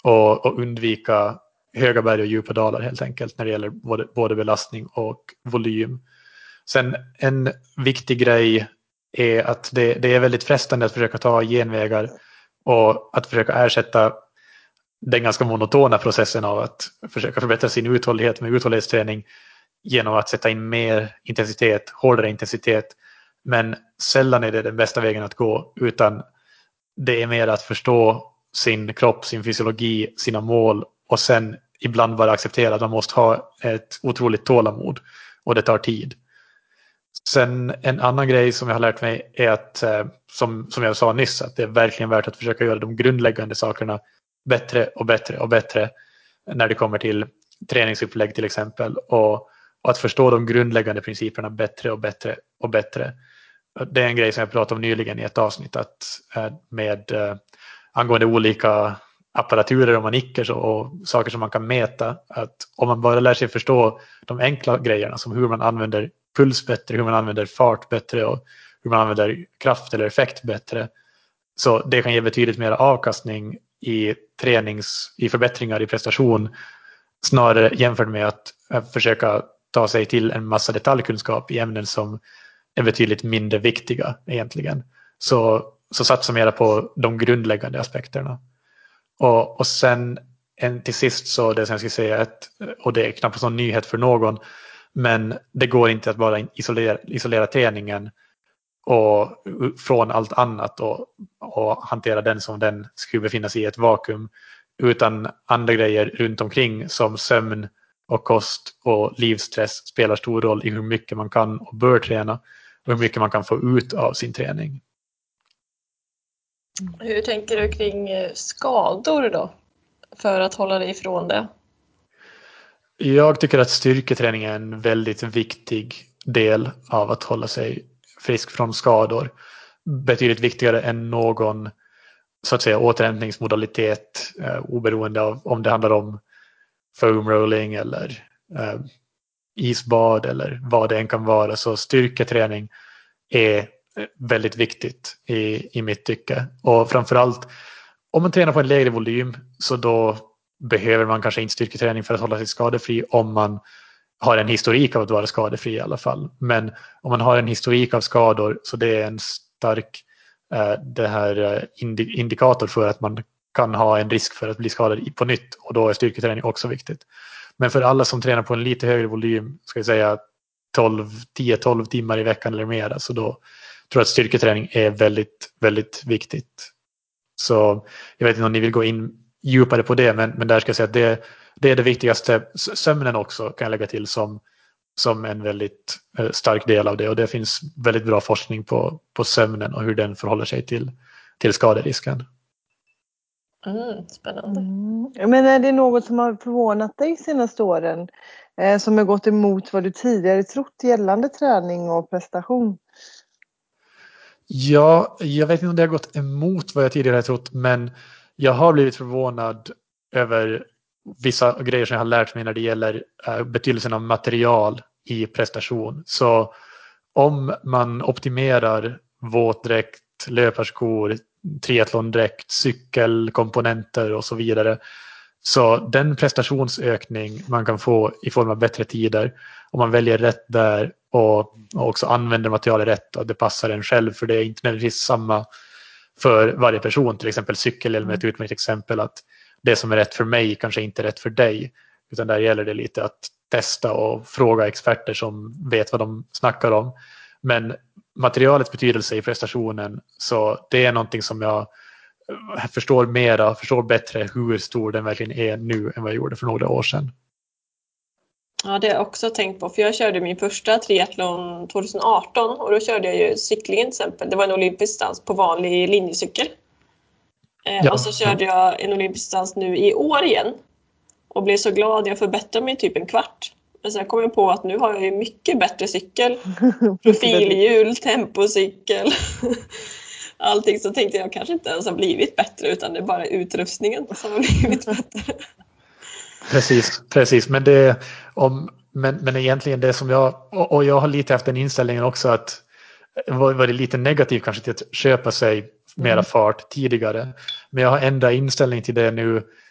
och, och undvika höga berg och djupa dalar helt enkelt när det gäller både, både belastning och volym. Sen en viktig grej är att det, det är väldigt frestande att försöka ta genvägar och att försöka ersätta den ganska monotona processen av att försöka förbättra sin uthållighet med uthållighetsträning genom att sätta in mer intensitet, hårdare intensitet. Men sällan är det den bästa vägen att gå, utan det är mer att förstå sin kropp, sin fysiologi, sina mål och sen ibland bara acceptera att man måste ha ett otroligt tålamod och det tar tid. Sen en annan grej som jag har lärt mig är att, som, som jag sa nyss, att det är verkligen värt att försöka göra de grundläggande sakerna bättre och bättre och bättre när det kommer till träningsupplägg till exempel, och, och att förstå de grundläggande principerna bättre och bättre och bättre. Det är en grej som jag pratade om nyligen i ett avsnitt att, med eh, angående olika apparaturer och manicker och saker som man kan mäta, att om man bara lär sig förstå de enkla grejerna som hur man använder puls bättre, hur man använder fart bättre och hur man använder kraft eller effekt bättre, så det kan ge betydligt mer avkastning i tränings, i förbättringar i prestation snarare jämfört med att försöka ta sig till en massa detaljkunskap i ämnen som är betydligt mindre viktiga egentligen. Så, så satsa mera på de grundläggande aspekterna. Och, och sen en, till sist så det som jag ska säga, att, och det är knappast någon nyhet för någon, men det går inte att bara isolera, isolera träningen och från allt annat och, och hantera den som den skulle befinna sig i ett vakuum, utan andra grejer runt omkring som sömn och kost och livsstress spelar stor roll i hur mycket man kan och bör träna och hur mycket man kan få ut av sin träning. Hur tänker du kring skador då? För att hålla dig ifrån det? Jag tycker att styrketräning är en väldigt viktig del av att hålla sig frisk från skador. Betydligt viktigare än någon så att säga återhämtningsmodalitet, eh, oberoende av om det handlar om foam rolling eller eh, isbad eller vad det än kan vara. Så styrketräning är väldigt viktigt i, i mitt tycke. Och framförallt om man tränar på en lägre volym, så då behöver man kanske inte styrketräning för att hålla sig skadefri om man har en historik av att vara skadefri i alla fall. Men om man har en historik av skador, så det är en stark eh, det här, eh, indi- indikator för att man kan ha en risk för att bli skadad på nytt, och då är styrketräning också viktigt. Men för alla som tränar på en lite högre volym, ska jag säga tio till tolv timmar i veckan eller mer, så då tror jag att styrketräning är väldigt, väldigt viktigt. Så jag vet inte om ni vill gå in djupare på det, men, men där ska jag säga att det, det är det viktigaste. Sömnen också kan jag lägga till som, som en väldigt eh, stark del av det, och det finns väldigt bra forskning på, på sömnen och hur den förhåller sig till, till skaderisken. Mm, spännande. Mm. Men är det något som har förvånat dig senaste åren eh, som har gått emot vad du tidigare trott gällande träning och prestation? Ja, jag vet inte om det har gått emot vad jag tidigare trott, men jag har blivit förvånad över vissa grejer som jag har lärt mig när det gäller uh, betydelsen av material i prestation. Så om man optimerar våtdräkt, löparskor, triathlondräkt, cykelkomponenter och så vidare, så den prestationsökning man kan få i form av bättre tider, om man väljer rätt där och, och också använder materialet rätt och det passar en själv, för det är inte nödvändigtvis samma för varje person. Till exempel cykelhjälm är ett utmärkt exempel, att det som är rätt för mig kanske inte är rätt för dig, utan där gäller det lite att testa och fråga experter som vet vad de snackar om. Men materialets betydelse i prestationen, så det är någonting som jag förstår mera, förstår bättre hur stor den verkligen är nu än vad jag gjorde för några år sedan. Ja, det har jag också tänkt på, för jag körde min första triathlon tjugo arton och då körde jag ju cyklingen till exempel. Det var en olympisk distans på vanlig linjecykel. Eh, Ja. Och så körde jag en olympisk distans nu i år igen och blev så glad. Jag förbättrade mig typ en kvart. Men sen kom jag på att nu har jag ju mycket bättre cykel. Profilhjul, tempocykel. Allting, så tänkte jag kanske inte ens har blivit bättre, utan det är bara utrustningen som har blivit bättre. Precis, precis. Men, det, om, men, men egentligen det som jag, och, och jag har lite haft den inställningen också, att var, var det lite negativt kanske till att köpa sig mera fart tidigare. Men jag har ändrat inställning till det nu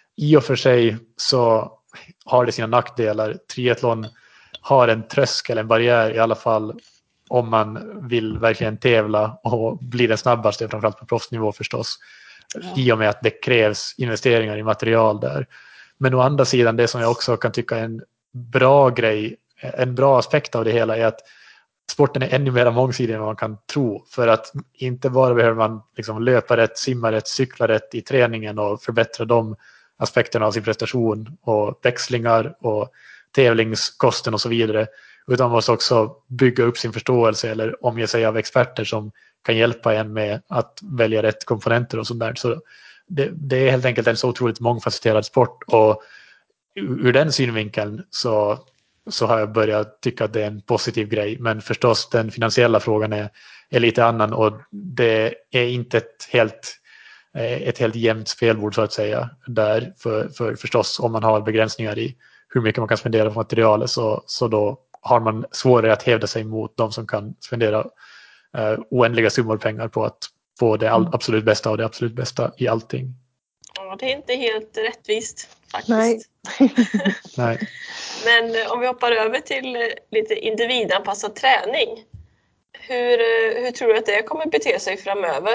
i och för sig så har det sina nackdelar. Triathlon har en tröskel, en barriär i alla fall om man vill verkligen tävla och bli den snabbaste, framförallt på proffsnivå förstås. Ja. I och med att det krävs investeringar i material där. Men å andra sidan, det som jag också kan tycka är en bra grej, en bra aspekt av det hela är att sporten är ännu mer mångsidig än vad man kan tro. För att inte bara behöver man liksom löpa rätt, simma rätt, cykla rätt i träningen och förbättra de aspekterna av sin prestation och växlingar och tävlingskosten och så vidare. Utan man måste också bygga upp sin förståelse eller omge sig av experter som kan hjälpa en med att välja rätt komponenter och sånt där. Så det, det är helt enkelt en så otroligt mångfacetterad sport, och ur den synvinkeln så, så har jag börjat tycka att det är en positiv grej. Men förstås den finansiella frågan är, är lite annan, och det är inte ett helt, ett helt jämnt spelbord så att säga. Där för, för förstås om man har begränsningar i hur mycket man kan spendera på materialet, så, så då har man svårare att hävda sig mot de som kan spendera uh, oändliga summor pengar på att få det all, absolut bästa och det absolut bästa i allting. Ja, det är inte helt rättvist faktiskt. Nej. Nej. Men om vi hoppar över till lite individanpassad träning. Hur, hur tror du att det kommer bete sig framöver?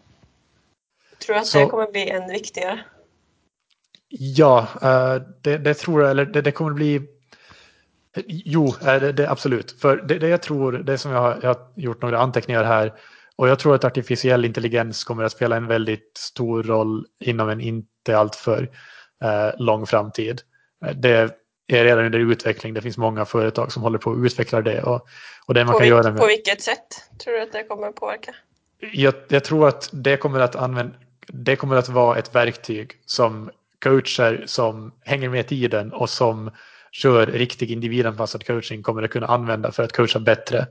Tror du att så, det kommer bli än viktigare? Ja, det, det tror jag. Eller det, det kommer bli... Jo, det, det absolut. För det, det jag tror, det som jag har, jag har gjort några anteckningar här, och jag tror att artificiell intelligens kommer att spela en väldigt stor roll inom en inte alltför eh, lång framtid. Det är redan under utveckling. Det finns många företag som håller på att utveckla det. Och, och det man på, kan vil- göra med, på vilket sätt tror du att det kommer att påverka? Jag, jag tror att det kommer att använda, det kommer att vara ett verktyg som coacher som hänger med tiden och som kör riktig individanpassad coaching kommer att kunna använda för att coacha bättre.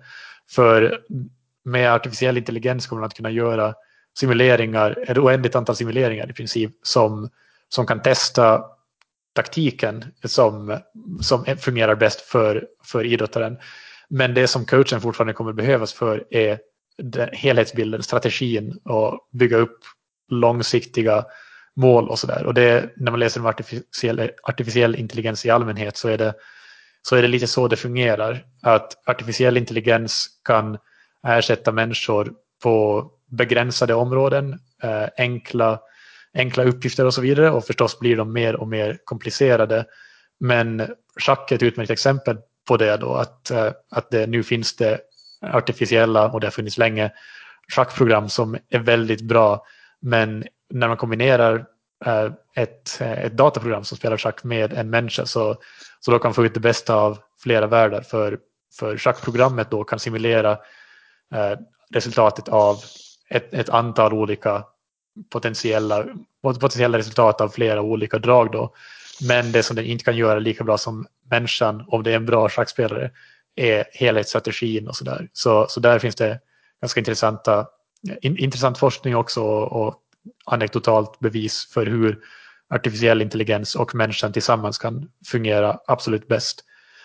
För med artificiell intelligens kommer man att kunna göra simuleringar, ett oändligt antal simuleringar i princip, som, som kan testa taktiken som, som fungerar bäst för, för idrottaren. Men det som coachen fortfarande kommer behövas för är helhetsbilden, strategin och bygga upp långsiktiga mål och sådär. Och det, när man läser om artificiell, artificiell intelligens i allmänhet, så är det så är det lite så det fungerar. Att artificiell intelligens kan ersätta människor på begränsade områden, eh, enkla, enkla uppgifter och så vidare. Och förstås blir de mer och mer komplicerade. Men schack är ett utmärkt exempel på det då. Att, eh, att det, nu finns det artificiella, och det har funnits länge, schackprogram som är väldigt bra. Men när man kombinerar eh, ett, ett dataprogram som spelar schack med en människa, så, så då kan man få ut det bästa av flera världar. För, för schackprogrammet då kan simulera eh, resultatet av ett, ett antal olika potentiella, potentiella resultat av flera olika drag då. Men det som den inte kan göra lika bra som människan, om det är en bra schackspelare, är helhetsstrategin och sådär. Så, så där finns det ganska intressanta, in, intressant forskning också, och, och anekdotalt bevis för hur artificiell intelligens och människan tillsammans kan fungera absolut bäst.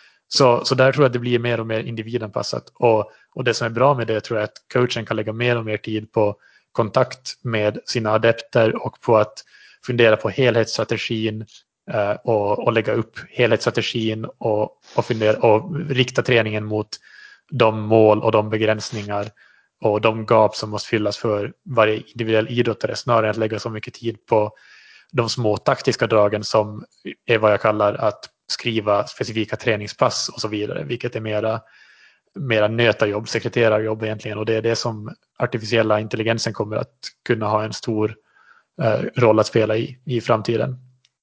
Så, så där tror jag att det blir mer och mer individanpassat. Och, och det som är bra med det tror jag är att coachen kan lägga mer och mer tid på kontakt med sina adepter och på att fundera på helhetsstrategin eh, och, och lägga upp helhetsstrategin och, och, fundera, och rikta träningen mot de mål och de begränsningar och de gap som måste fyllas för varje individuell idrottare, snarare än att lägga så mycket tid på de små taktiska dragen som är vad jag kallar att skriva specifika träningspass och så vidare, vilket är mera, mera nötarjobb, sekreterarjobb egentligen, och det är det som artificiella intelligensen kommer att kunna ha en stor eh, roll att spela i i framtiden.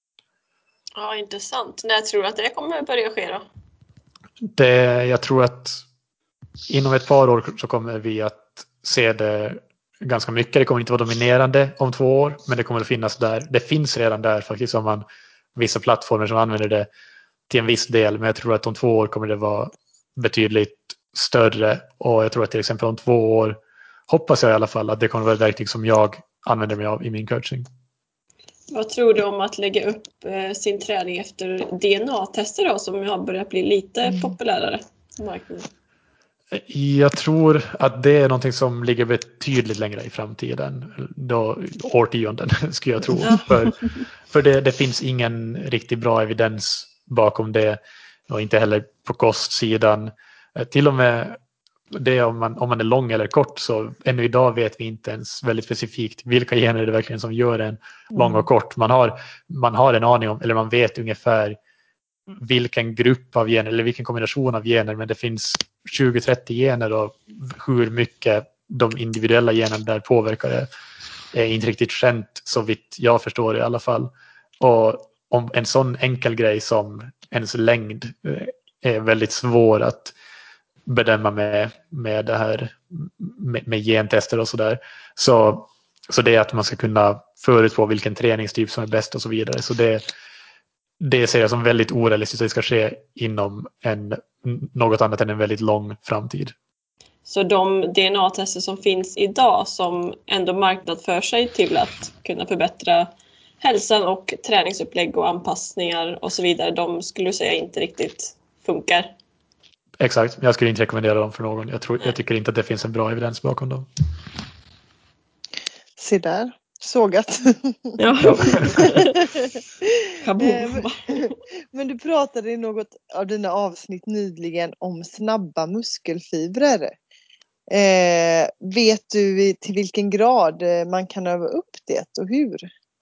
Ja, intressant. När tror du att det kommer börja ske då? Det, jag tror att inom ett par år så kommer vi att se det ganska mycket. Det kommer inte vara dominerande om två år, men det kommer att finnas där. Det finns redan där faktiskt, om man vissa plattformar som använder det till en viss del, men jag tror att om två år kommer det vara betydligt större, och jag tror att till exempel om två år hoppas jag i alla fall att det kommer att vara ett verktyg som jag använder mig av i min coaching. Vad tror du om att lägga upp eh, sin träning efter D N A-tester då, som har börjat bli lite populärare på marknaden? Jag tror att det är någonting som ligger betydligt längre i framtiden. Då, årtionden skulle jag tro. Ja. För, för det, det finns ingen riktigt bra evidens bakom det. Och inte heller på kostsidan. Till och med det om man, om man är lång eller kort, så ännu idag vet vi inte ens väldigt specifikt vilka gener det är verkligen som gör en lång och kort. Man har, man har en aning om, eller man vet ungefär vilken grupp av gener eller vilken kombination av gener, men det finns tjugo till trettio gener och hur mycket de individuella generna där påverkar det är inte riktigt känt, så vitt jag förstår i alla fall. Och om en sån enkel grej som ens längd är väldigt svår att bedöma med, med det här med, med gentester och sådär. Så, så det är att man ska kunna förutspå vilken träningstyp som är bäst och så vidare. Så det, det ser jag som väldigt orealistiskt att det ska ske inom en, något annat än en väldigt lång framtid. Så de D N A-tester som finns idag som ändå marknadsför sig till att kunna förbättra hälsan och träningsupplägg och anpassningar och så vidare, de skulle du säga inte riktigt funkar? Exakt, jag skulle inte rekommendera dem för någon. Jag, tror, jag tycker inte att det finns en bra evidens bakom dem. Se där, sågat. Ja. men, men du pratade i något av dina avsnitt nyligen om snabba muskelfibrer. Eh, vet du till vilken grad man kan öva upp det och hur?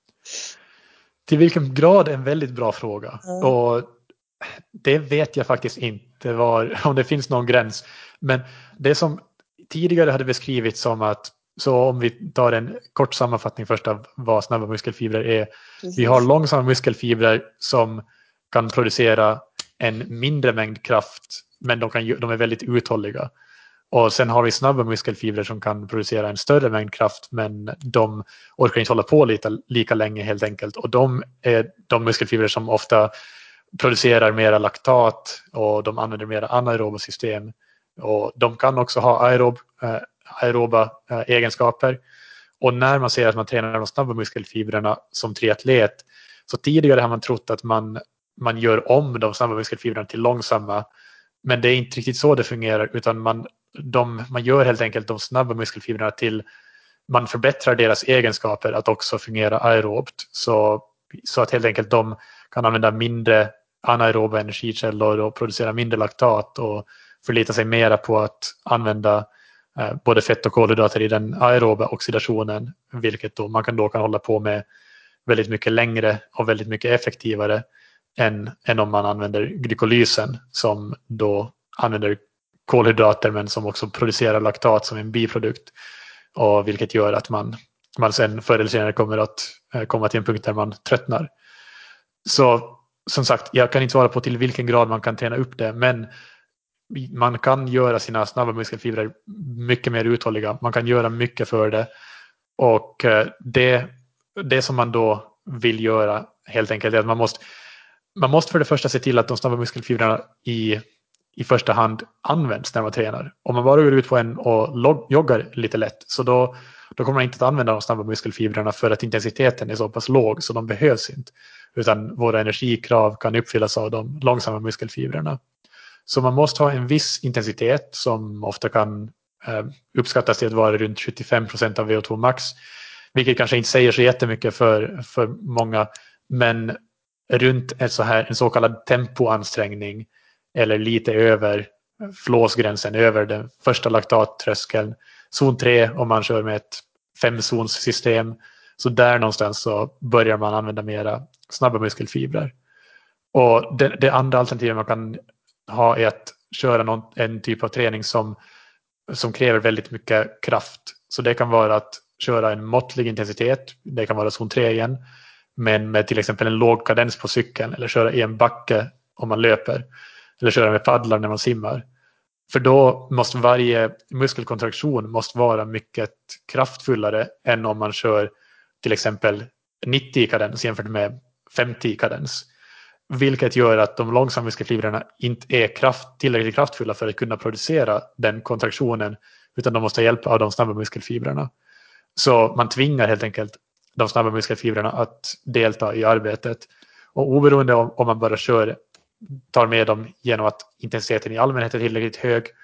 Till vilken grad är en väldigt bra fråga. Mm. Och det vet jag faktiskt inte var, om det finns någon gräns. Men det som tidigare hade beskrivits som att, så om vi tar en kort sammanfattning först av vad snabba muskelfibrer är. Precis. Vi har långsamma muskelfibrer som kan producera en mindre mängd kraft, men de, kan, de är väldigt uthålliga. Och sen har vi snabba muskelfibrer som kan producera en större mängd kraft, men de orkar inte hålla på lika, lika länge helt enkelt. Och de är de muskelfibrer som ofta producerar mera laktat och de använder mera anaeroba system. Och de kan också ha aerob, eh, aeroba eh, egenskaper. Och när man ser att man tränar de snabba muskelfibrerna som triatlet, så tidigare har man trott att man, man gör om de snabba muskelfibrerna till långsamma. Men det är inte riktigt så det fungerar, utan man, de, man gör helt enkelt de snabba muskelfibrerna till, man förbättrar deras egenskaper att också fungera aerobt. Så, så att helt enkelt de kan använda mindre anaeroba energikällor och producera mindre laktat och förlita sig mera på att använda eh, både fett och kolhydrater i den aeroba oxidationen, vilket då man kan då kan hålla på med väldigt mycket längre och väldigt mycket effektivare än, än om man använder glykolysen, som då använder kolhydrater men som också producerar laktat som en biprodukt, och vilket gör att man, man sen förr eller senare kommer att eh, komma till en punkt där man tröttnar. Så som sagt, jag kan inte svara på till vilken grad man kan träna upp det, men man kan göra sina snabba muskelfibrer mycket mer uthålliga. Man kan göra mycket för det, och det, det som man då vill göra helt enkelt är att man måste, man måste för det första se till att de snabba muskelfibrerna i, i första hand används när man tränar. Om man bara går ut på en och log, joggar lite lätt, så då, då kommer man inte att använda de snabba muskelfibrerna för att intensiteten är så pass låg så de behövs inte. Utan våra energikrav kan uppfyllas av de långsamma muskelfibrerna. Så man måste ha en viss intensitet som ofta kan eh, uppskattas till att vara runt sjuttiofem procent av V O två max. Vilket kanske inte säger så jättemycket för, för många, men runt en så, här, en så kallad tempoansträngning eller lite över flåsgränsen, över den första laktattröskeln. Zon tre om man kör med ett femzonssystem. Så där någonstans så börjar man använda mera snabba muskelfibrer. Och det, det andra alternativet man kan ha är att köra någon, en typ av träning som, som kräver väldigt mycket kraft. Så det kan vara att köra en måttlig intensitet, det kan vara zon tre igen, men med till exempel en låg kadens på cykeln, eller köra i en backe om man löper, eller köra med paddlar när man simmar. För då måste varje muskelkontraktion måste vara mycket kraftfullare än om man kör till exempel nittio kadens jämfört med femtio kadens. Vilket gör att de långsamma muskelfibrerna inte är kraft, tillräckligt kraftfulla för att kunna producera den kontraktionen, utan de måste ha hjälp av de snabba muskelfibrerna. Så man tvingar helt enkelt de snabba muskelfibrerna att delta i arbetet. Och oberoende om man bara kör, tar med dem genom att intensiteten i allmänhet är tillräckligt hög,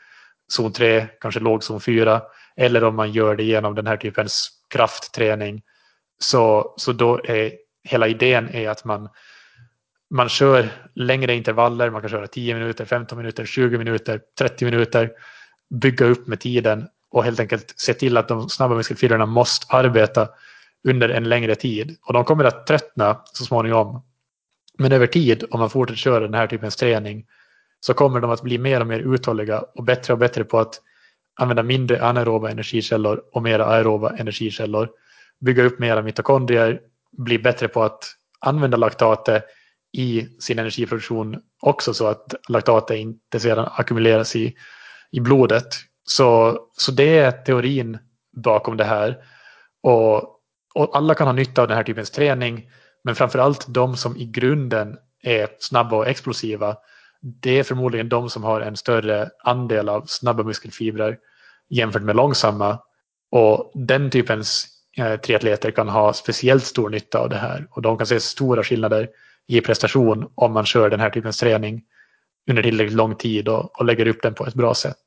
zon tre, kanske låg zon fyra, eller om man gör det genom den här typens kraftträning. Så, så då är hela idén är att man, man kör längre intervaller, man kan köra tio minuter, femton minuter, tjugo minuter, trettio minuter, bygga upp med tiden och helt enkelt se till att de snabba muskelfibrerna måste arbeta under en längre tid. Och de kommer att tröttna så småningom. Men över tid, om man fortsätter köra den här typens träning, så kommer de att bli mer och mer uthålliga och bättre och bättre på att använda mindre anaeroba energikällor och mer aeroba energikällor. Bygga upp mera mitokondrier, bli bättre på att använda laktatet i sin energiproduktion också, så att laktatet inte sedan ackumuleras i, i blodet. Så, så det är teorin bakom det här. Och, och alla kan ha nytta av den här typens träning, men framförallt de som i grunden är snabba och explosiva, det är förmodligen de som har en större andel av snabba muskelfibrer jämfört med långsamma. Och den typens eh, triatleter kan ha speciellt stor nytta av det här. Och de kan se stora skillnader i prestation om man kör den här typens träning under tillräckligt lång tid och, och lägger upp den på ett bra sätt.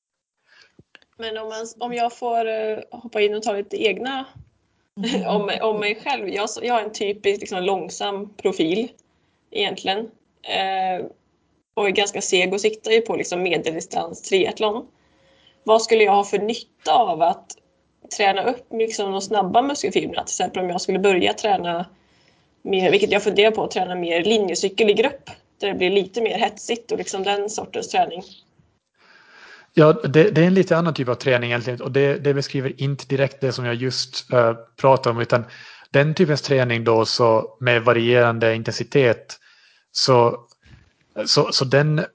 Men om, man, om jag får uh, hoppa in och ta lite egna om, om mig själv. Jag, jag har en typisk liksom, långsam profil egentligen. Uh, och är ganska seg och siktar ju på liksom, medeldistans triathlon. Vad skulle jag ha för nytta av att träna upp liksom, de snabba muskelfibrerna? Till exempel om jag skulle börja träna mer, vilket jag funderar på, att träna mer linjecykel i grupp. Där det blir lite mer hetsigt och liksom den sortens träning. Ja, det, det är en lite annan typ av träning egentligen, och det, det beskriver inte direkt det som jag just uh, pratade om, utan den typens träning då så med varierande intensitet, så, så, så den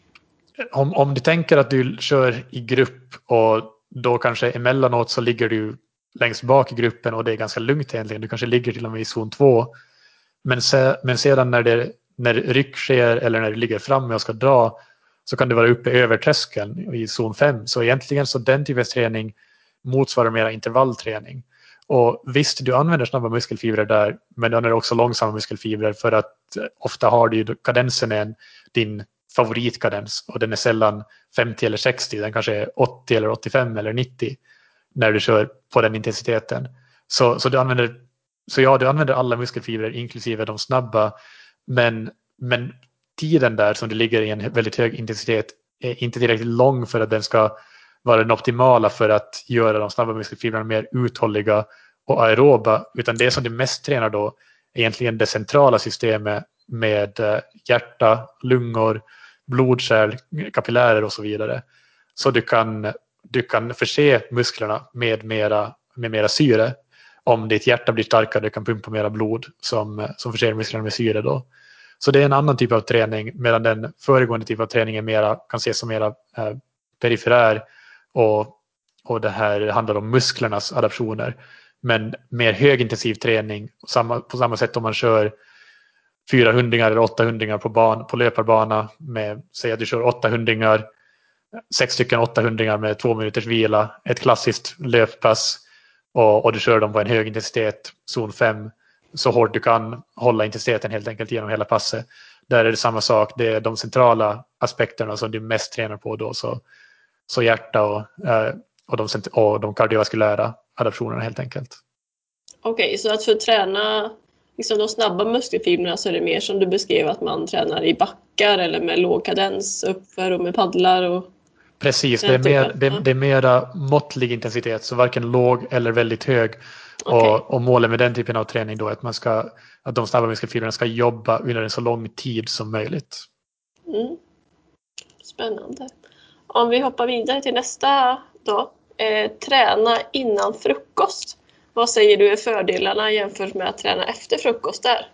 om, om du tänker att du kör i grupp och då kanske emellanåt så ligger du längst bak i gruppen och det är ganska lugnt egentligen, du kanske ligger till och med i zon två, men, se, men sedan när, det, när ryck sker eller när du ligger framme och ska dra, så kan det vara uppe över tröskeln i zon fem. Så egentligen så den typens träning motsvarar mera intervallträning. Och visst, du använder snabba muskelfibrer där, men du använder också långsamma muskelfibrer, för att ofta har du ju kadensen en, din favoritkadens, och den är sällan femtio eller sextio, den kanske är åttio eller åttiofem eller nittio när du kör på den intensiteten. Så, så, du använder, så ja, du använder alla muskelfibrer inklusive de snabba, men, men tiden där som det ligger i en väldigt hög intensitet är inte tillräckligt lång för att den ska vara den optimala för att göra de snabba muskelfibrerna mer uthålliga och aeroba, utan det som du mest tränar då är egentligen det centrala systemet med hjärta, lungor, blodkärl, kapillärer och så vidare. Så du kan, du kan förse musklerna med mera, med mera syre. Om ditt hjärta blir starkare, du kan pumpa mera blod som, som förser musklerna med syre då. Så det är en annan typ av träning, medan den föregående typ av träning är mera, kan ses som mera eh, periferär, och, och det här handlar om musklernas adaptioner. Men mer högintensiv träning, samma, på samma sätt om man kör fyrahundringar eller åttahundringar på, ban, på löparbana, med, säg att du kör åttahundringar, sex stycken åttahundringar med två minuters vila, ett klassiskt löppass, och, och du kör dem på en hög intensitet, zon fem, så hårt du kan hålla intensiteten helt enkelt genom hela passet. Där är det samma sak, det är de centrala aspekterna som du mest tränar på då, så, så hjärta och, eh, och, de, och de kardiovaskulära adaptionerna helt enkelt. Okej, okay, så att för att träna liksom de snabba muskelfibrerna så är det mer som du beskrev, att man tränar i backar eller med låg kadens uppför och med paddlar och... Precis, det är, mer, det, det är mera måttlig intensitet, så varken låg eller väldigt hög. Okay. Och, och målet med den typen av träning då är att, man ska, att de snabba muskelfibrerna ska jobba under en så lång tid som möjligt. Mm. Spännande. Om vi hoppar vidare till nästa då. Eh, träna innan frukost. Vad säger du är fördelarna jämfört med att träna efter frukost där?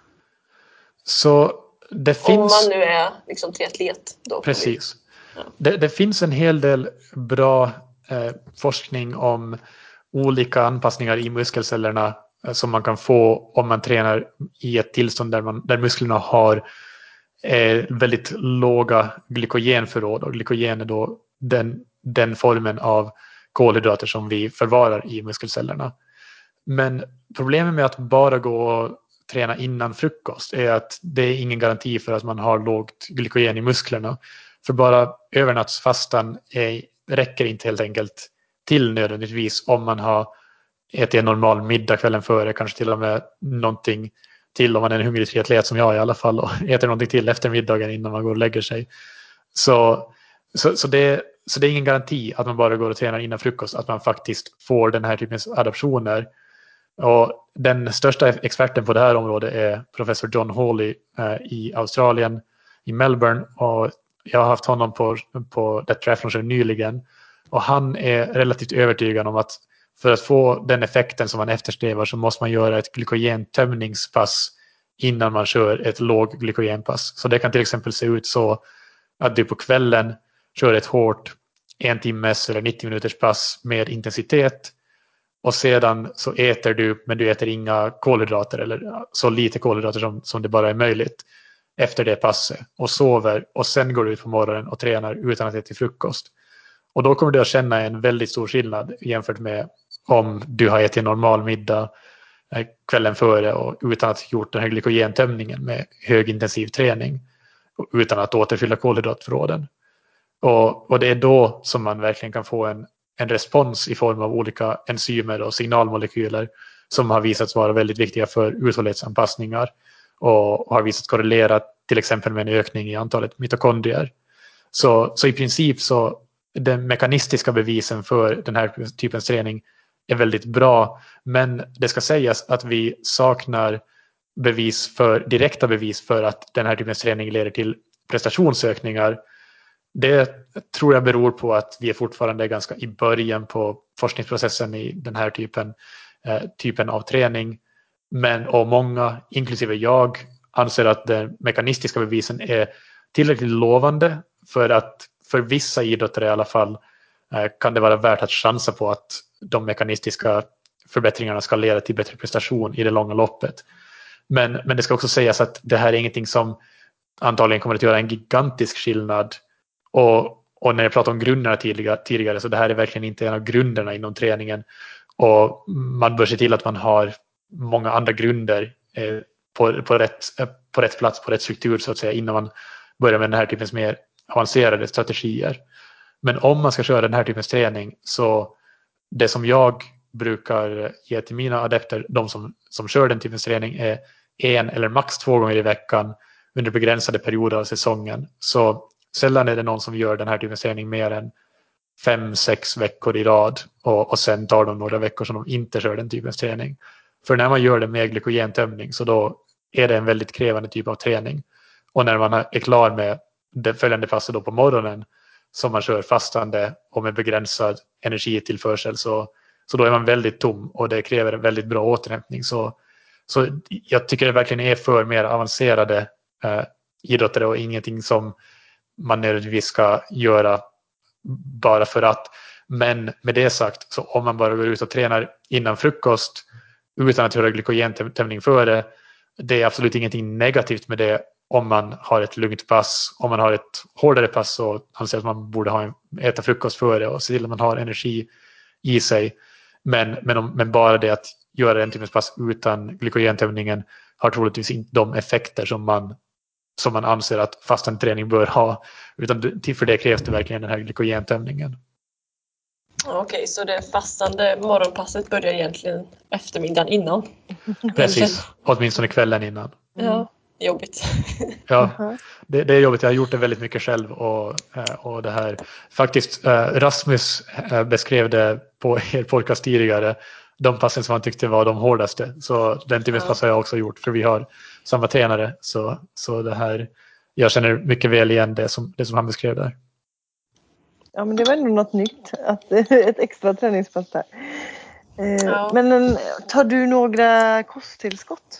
Så det finns... Om man nu är liksom triatlet då. Precis. Ja. Det, det finns en hel del bra eh, forskning om olika anpassningar i muskelcellerna eh, som man kan få om man tränar i ett tillstånd där, man, där musklerna har eh, väldigt låga glykogenförråd. Och glykogen är då den, den formen av kolhydrater som vi förvarar i muskelcellerna. Men problemet med att bara gå och träna innan frukost är att det är ingen garanti för att man har lågt glykogen i musklerna. För bara övernattsfastan är räcker inte helt enkelt till nödvändigtvis om man har ätit en normal middag kvällen före, kanske till och med någonting till om man är en hungrig triatlet som jag i alla fall och äter någonting till efter middagen innan man går och lägger sig. Så, så, så, det, så det är ingen garanti att man bara går och tränar innan frukost, att man faktiskt får den här typen av adaptioner. Och den största experten på det här området är professor John Hawley eh, i Australien, i Melbourne, och jag har haft honom på, på det triathlon nyligen, och han är relativt övertygad om att för att få den effekten som man eftersträvar så måste man göra ett glykogentömningspass innan man kör ett låg glykogenpass. Så det kan till exempel se ut så att du på kvällen kör ett hårt en timmes eller nittio minuters pass med intensitet, och sedan så äter du, men du äter inga kolhydrater eller så lite kolhydrater som, som det bara är möjligt efter det passet, och sover, och sen går du ut på morgonen och tränar utan att äta till frukost. Och då kommer du att känna en väldigt stor skillnad jämfört med om du har ätit en normal middag kvällen före och utan att ha gjort den här glykogentömningen med högintensiv träning och utan att återfylla kolhydratförråden. Och, och det är då som man verkligen kan få en, en respons i form av olika enzymer och signalmolekyler som har visats vara väldigt viktiga för uthållighetsanpassningar och har visat korrelera till exempel med en ökning i antalet mitokondrier. Så, så i princip så den mekanistiska bevisen för den här typen av träning är väldigt bra, men det ska sägas att vi saknar bevis för, direkta bevis för att den här typen av träning leder till prestationsökningar. Det tror jag beror på att vi är fortfarande ganska i början på forskningsprocessen i den här typen, eh, typen av träning. Men och många, inklusive jag, anser att den mekanistiska bevisen är tillräckligt lovande för att för vissa idrottare i alla fall eh, kan det vara värt att chansa på att de mekanistiska förbättringarna ska leda till bättre prestation i det långa loppet. Men, men det ska också sägas att det här är ingenting som antagligen kommer att göra en gigantisk skillnad. Och, och när jag pratar om grunderna tidigare, tidigare så det här är verkligen inte en av grunderna inom träningen. Och man bör se till att man har många andra grunder eh, på, på, rätt, eh, på rätt plats, på rätt struktur så att säga, innan man börjar med den här typens mer avancerade strategier. Men om man ska köra den här typens träning, så det som jag brukar ge till mina adepter, de som, som kör den typens träning, är en eller max två gånger i veckan under begränsade perioder av säsongen. Så sällan är det någon som gör den här typens träning mer än fem, sex veckor i rad och, och sen tar de några veckor som de inte kör den typens träning. För när man gör det med glykogentömning så då är det en väldigt krävande typ av träning. Och när man är klar med det följande passet då på morgonen som man kör fastande och med begränsad energitillförsel, så, så då är man väldigt tom och det kräver en väldigt bra återhämtning. Så, så jag tycker det verkligen är för mer avancerade eh, idrottare och ingenting som man nödvändigtvis ska göra bara för att. Men med det sagt, så om man bara går ut och tränar innan frukost utan att göra glykogentömning före, det är absolut ingenting negativt med det. Om man har ett lugnt pass, om man har ett hårdare pass, så anser jag att man borde ha en, äta frukost före och se till att man har energi i sig. Men, men, om, men bara det att göra en timmes pass utan glykogentömningen har troligtvis inte de effekter som man, som man anser att fastande träning bör ha. Utan för det krävs det verkligen den här glykogentömningen. Okej, okay, så det fastande morgonpasset börjar egentligen eftermiddagen innan? Precis, åtminstone kvällen innan. Ja. Jobbigt. Ja, det, det är jobbigt. Jag har gjort det väldigt mycket själv och, och det här. Faktiskt, Rasmus beskrev det på er podcast tidigare. De passen som han tyckte var de hårdaste. Så den typen av pass har jag också gjort, för vi har samma tränare. Så, så det här, jag känner mycket väl igen det som, det som han beskrev där. Ja, men det var ändå något nytt. Att, ett extra träningspass där. Ja. Men tar du några kosttillskott?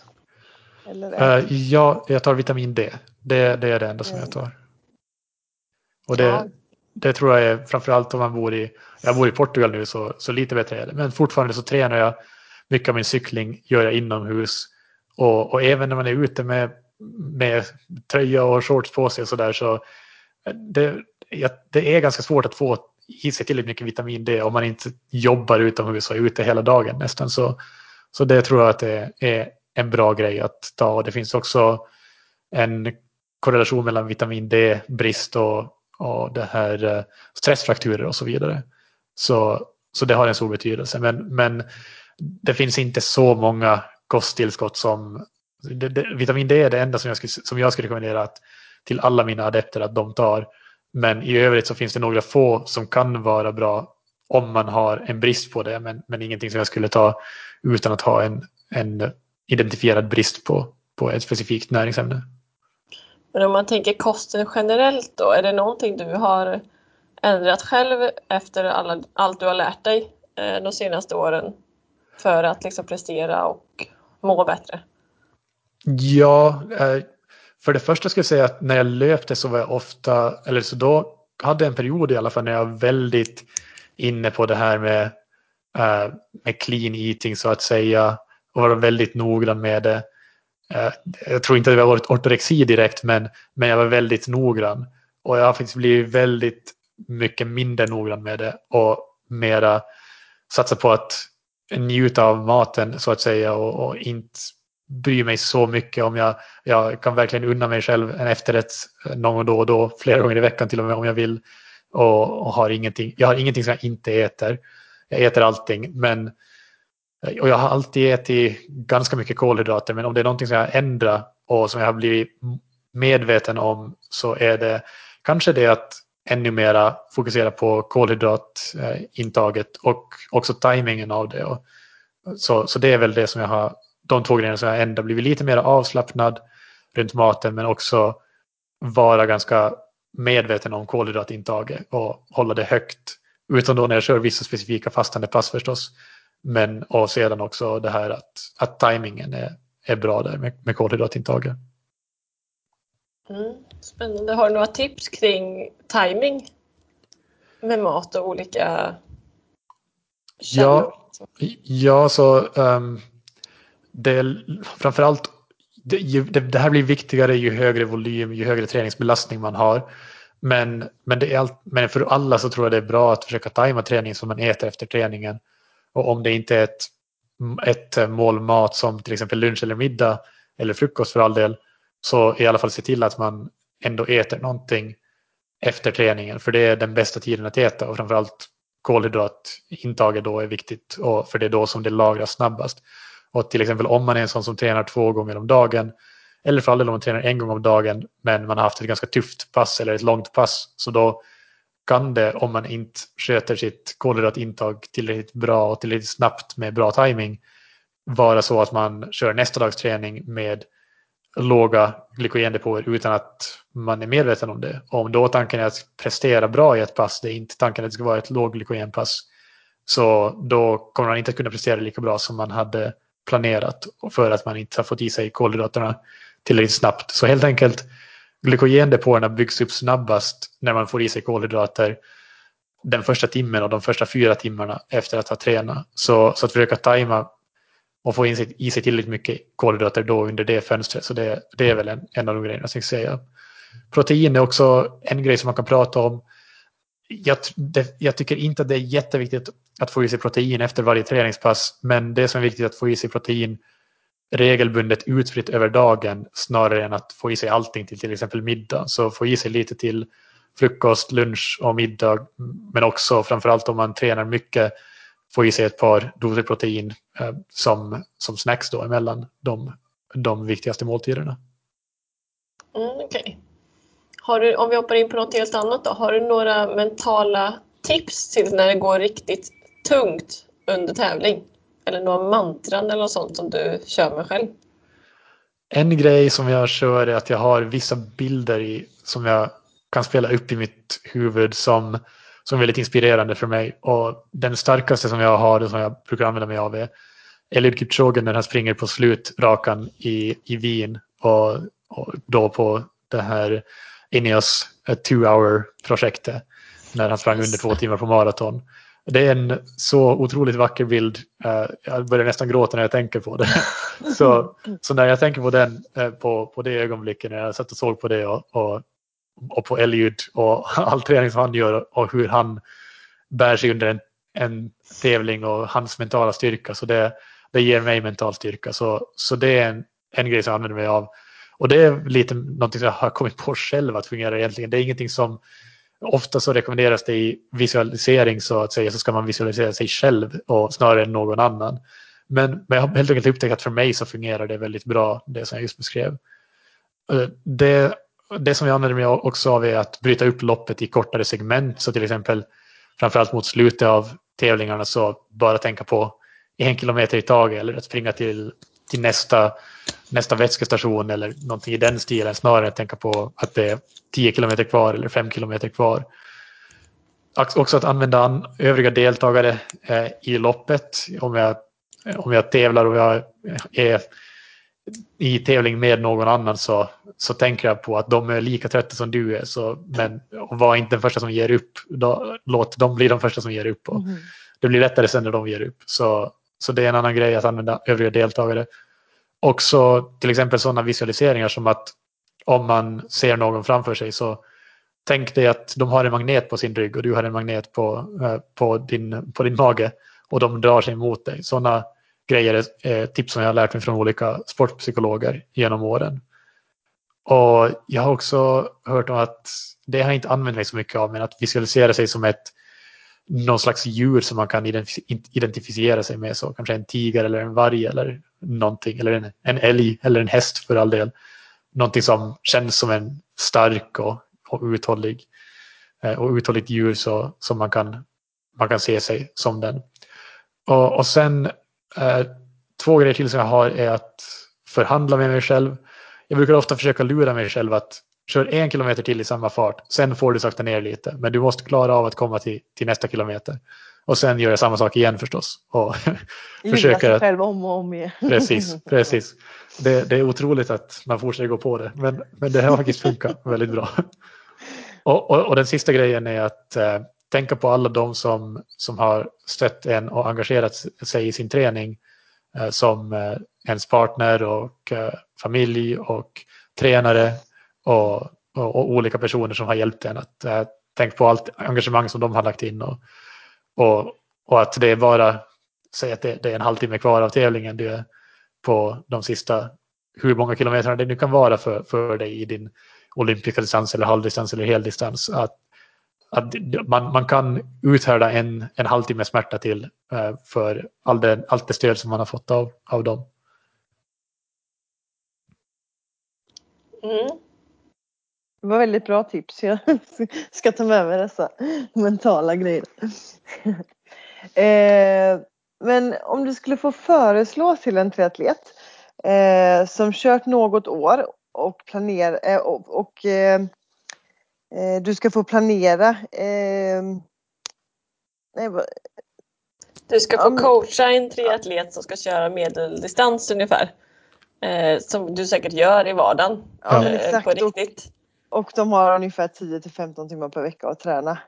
Eller uh, ja, jag tar vitamin D. Det, det är det enda som jag tar. Och det, ja. det tror jag är framförallt om man bor i, jag bor i Portugal nu, så, så lite bättre är det. Men fortfarande så tränar jag mycket av min cykling, gör jag inomhus. Och, och även när man är ute med, med tröja och shorts på sig och sådär, så det, det är ganska svårt att få i sig tillräckligt mycket vitamin D om man inte jobbar utomhus och är ute hela dagen nästan. Så, så det tror jag att det är en bra grej att ta. Och det finns också en korrelation mellan vitamin D-brist och, och det här eh, stressfrakturer och så vidare. Så, så det har en stor betydelse. Men, men det finns inte så många kosttillskott som... Det, det, vitamin D är det enda som jag, skulle, som jag skulle rekommendera att, till alla mina adepter att de tar. Men i övrigt så finns det några få som kan vara bra om man har en brist på det. Men, men ingenting som jag skulle ta utan att ha en, en identifierad brist på, på ett specifikt näringsämne. Men om man tänker kosten generellt då, är det någonting du har ändrat själv efter alla, allt du har lärt dig eh, de senaste åren för att liksom prestera och må bättre? Ja, eh, för det första skulle jag säga att när jag löpte så var jag ofta, eller så då hade jag en period i alla fall när jag var väldigt inne på det här med, eh, med clean eating så att säga och var väldigt noggrann med det. Eh, jag tror inte att det har varit ortorexi direkt men, men jag var väldigt noggrann och jag har faktiskt blivit väldigt mycket mindre noggrann med det och mera satsa på att njuta av maten så att säga och, och inte bry mig så mycket om jag, jag kan verkligen unna mig själv en efterrätt någon gång då och då, flera gånger i veckan till och med om jag vill och, och har ingenting, jag har ingenting som jag inte äter. Jag äter allting men och jag har alltid ätit ganska mycket kolhydrater men om det är någonting som jag ändrar och som jag har blivit medveten om så är det kanske det att ännu mera fokusera på kolhydratintaget och också tajmingen av det. Och så, så det är väl det som jag har, de två grejerna som jag ändå blivit lite mer avslappnad runt maten men också vara ganska medveten om kolhydratintaget och hålla det högt. Utan då när jag kör vissa specifika fastande pass förstås. Men och sedan också det här att, att tajmingen är, är bra där med, med kolhydratintaget. Mm, spännande. Har du några tips kring timing med mat och olika källor? Ja, ja så um, det framförallt det, det, det här blir viktigare ju högre volym, ju högre träningsbelastning man har. Men, men, det är allt, men för alla så tror jag det är bra att försöka tajma träning som man äter efter träningen. Och om det inte är ett, ett mål mat som till exempel lunch eller middag eller frukost för all del så i alla fall se till att man ändå äter någonting efter träningen för det är den bästa tiden att äta och framförallt kolhydratintaget då är viktigt och för det är då som det lagras snabbast. Och till exempel om man är en sån som tränar två gånger om dagen eller för all del om man tränar en gång om dagen men man har haft ett ganska tufft pass eller ett långt pass så då kan det, om man inte sköter sitt kolhydratintag tillräckligt bra och tillräckligt snabbt med bra timing vara så att man kör nästa dags träning med låga glykogendepåer utan att man är medveten om det. Och om då tanken är att prestera bra i ett pass, det är inte tanken att det ska vara ett låg glykogenpass, så då kommer man inte att kunna prestera lika bra som man hade planerat för att man inte har fått i sig kolhydraterna tillräckligt snabbt. Så helt enkelt glykogendepåerna byggs upp snabbast när man får i sig kolhydrater den första timmen och de första fyra timmarna efter att ha tränat. Så, så att försöka tajma och få in sig, i sig tillräckligt mycket kolhydrater då under det fönstret. Så det, det är väl en, en av de grejerna jag ska säga. Protein är också en grej som man kan prata om. Jag, det, jag tycker inte att det är jätteviktigt att få i sig protein efter varje träningspass. Men det som är viktigt är att få i sig protein regelbundet utspritt över dagen snarare än att få i sig allting till till exempel middag. Så få i sig lite till frukost, lunch och middag. Men också framförallt om man tränar mycket få i sig ett par doser protein eh, som, som snacks då emellan de, de viktigaste måltiderna. Mm, Okej. Okay. Har du, om vi hoppar in på något helt annat då, har du några mentala tips till när det går riktigt tungt under tävling? Eller några mantran eller något sånt som du kör med själv? En grej som jag kör är att jag har vissa bilder i, som jag kan spela upp i mitt huvud som, som är väldigt inspirerande för mig. Och den starkaste som jag har och som jag brukar använda mig av är Eliud Kipchoge när han springer på slutrakan i, i Wien och, och då på det här Ineos two-hour-projektet när han sprang under två timmar på maraton. Det är en så otroligt vacker bild. Jag börjar nästan gråta när jag tänker på det. Så, så när jag tänker på den på, på det ögonblicket när jag satt och såg på det och, och, och på Eliud och all träning som han gör och hur han bär sig under en, en tävling och hans mentala styrka. Så det, det ger mig mental styrka. Så, så det är en, en grej som jag använder mig av. Och det är lite någonting som jag har kommit på själv att fungera egentligen. Det är ingenting som ofta så rekommenderas det i visualisering så att säga, så ska man visualisera sig själv och snarare än någon annan. Men, men jag har helt enkelt upptäckt att för mig så fungerar det väldigt bra, det som jag just beskrev. Det, det som jag använder mig också av är att bryta upp loppet i kortare segment. Så till exempel framförallt mot slutet av tävlingarna så bara tänka på en kilometer i taget eller att springa till, till nästa, nästa vätskestation eller någonting i den stilen snarare än att tänka på att det är tio kilometer kvar eller fem kilometer kvar. Också att använda an, övriga deltagare eh, i loppet. Om jag, om jag tävlar och jag är i tävling med någon annan så, så tänker jag på att de är lika trötta som du är. Så, men och var inte den första som ger upp. Då, låt dem bli de första som ger upp. Och mm. Det blir lättare sen när de ger upp. Så, så det är en annan grej att använda övriga deltagare. Också till exempel sådana visualiseringar som att om man ser någon framför sig så tänk dig att de har en magnet på sin rygg och du har en magnet på, eh, på, din, på din mage och de drar sig mot dig. Sådana grejer är tips som jag har lärt mig från olika sportpsykologer genom åren. Och jag har också hört om att det har jag inte använt mig så mycket av, men att visualisera sig som ett någon slags djur som man kan identifiera sig med, så kanske en tiger eller en varg eller någonting, eller en, en älg eller en häst för all del. Någonting som känns som en stark och, och uthållig och uthålligt djur så, som man kan, man kan se sig som den. Och, och sen eh, två grejer till som jag har är att förhandla med mig själv. Jag brukar ofta försöka lura mig själv att kör en kilometer till i samma fart. Sen får du sakta ner lite. Men du måste klara av att komma till, till nästa kilometer. Och sen gör jag samma sak igen förstås. Och försöker att... själv om och om igen. Precis, precis. Det, det är otroligt att man fortsätter gå på det. Men, men det har faktiskt funkat väldigt bra. Och, och, och den sista grejen är att eh, tänka på alla de som, som har stött en och engagerat sig i sin träning. Eh, som eh, ens partner och eh, familj och tränare. Och, och, och olika personer som har hjälpt en att äh, tänka på allt engagemang som de har lagt in och, och, och att det är bara säg att det, det är en halvtimme kvar av tävlingen det är på de sista hur många kilometer det nu kan vara för, för dig i din olympiska distans eller halvdistans eller heldistans att, att man, man kan uthärda en, en halvtimme smärta till äh, för all det, allt det stöd som man har fått av, av dem. Mm. Det var väldigt bra tips. Jag ska ta med mig dessa mentala grejer. eh, men om du skulle få föreslå till en triatlet eh, som kört något år och planerar eh, och, och eh, du ska få planera eh, nej, du ska få coacha en triatlet som ska köra medeldistans ungefär. Eh, som du säkert gör i vardagen. Ja, eh, exakt. På riktigt. Och, och de har ungefär tio till femton timmar per vecka att träna.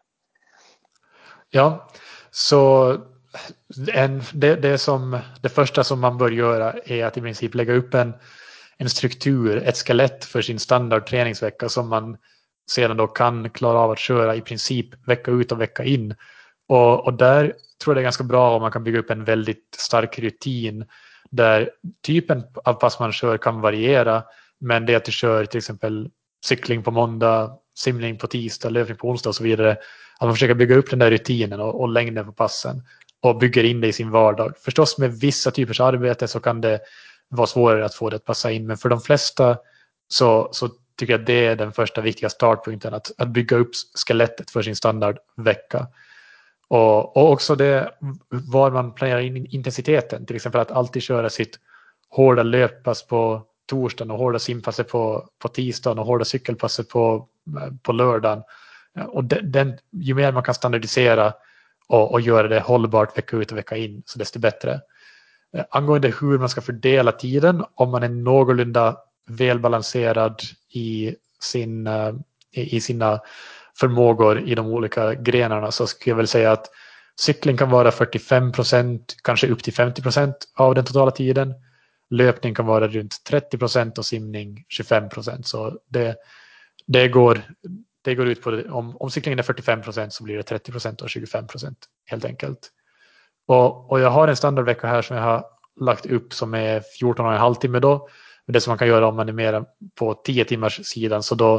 Ja, så en, det, det, som, det första som man bör göra är att i princip lägga upp en, en struktur, ett skelett för sin standard träningsvecka som man sedan då kan klara av att köra i princip vecka ut och vecka in. Och, och där tror jag det är ganska bra om man kan bygga upp en väldigt stark rutin där typen av pass man kör kan variera, men det att du kör till exempel cykling på måndag, simning på tisdag, löpning på onsdag och så vidare, att man försöker bygga upp den där rutinen och, och längden på passen och bygger in det i sin vardag. Förstås med vissa typers arbete så kan det vara svårare att få det att passa in, men för de flesta så, så tycker jag att det är den första viktiga startpunkten, att, att bygga upp skelettet för sin standardvecka. Och, och också det var man planerar in intensiteten, till exempel att alltid köra sitt hårda löppass på torsdagen och hårda simpasset på, på tisdagen och hårda cykelpasset på, på lördagen. Och den, den, ju mer man kan standardisera och, och göra det hållbart vecka ut och vecka in, så desto bättre. Angående hur man ska fördela tiden, om man är någorlunda välbalanserad i, sin, i sina förmågor i de olika grenarna, så skulle jag väl säga att cykling kan vara fyrtiofem procent, kanske upp till femtio procent av den totala tiden. Löpning kan vara runt trettio procent och simning tjugofem procent. Så det, det, går, det går ut på det. Om, om cyklingen är fyrtiofem procent så blir det trettio procent och tjugofem procent helt enkelt. Och, och jag har en standardvecka här som jag har lagt upp som är fjorton och en halv timme då. Det som man kan göra om man är mer på tio timmars sidan, så då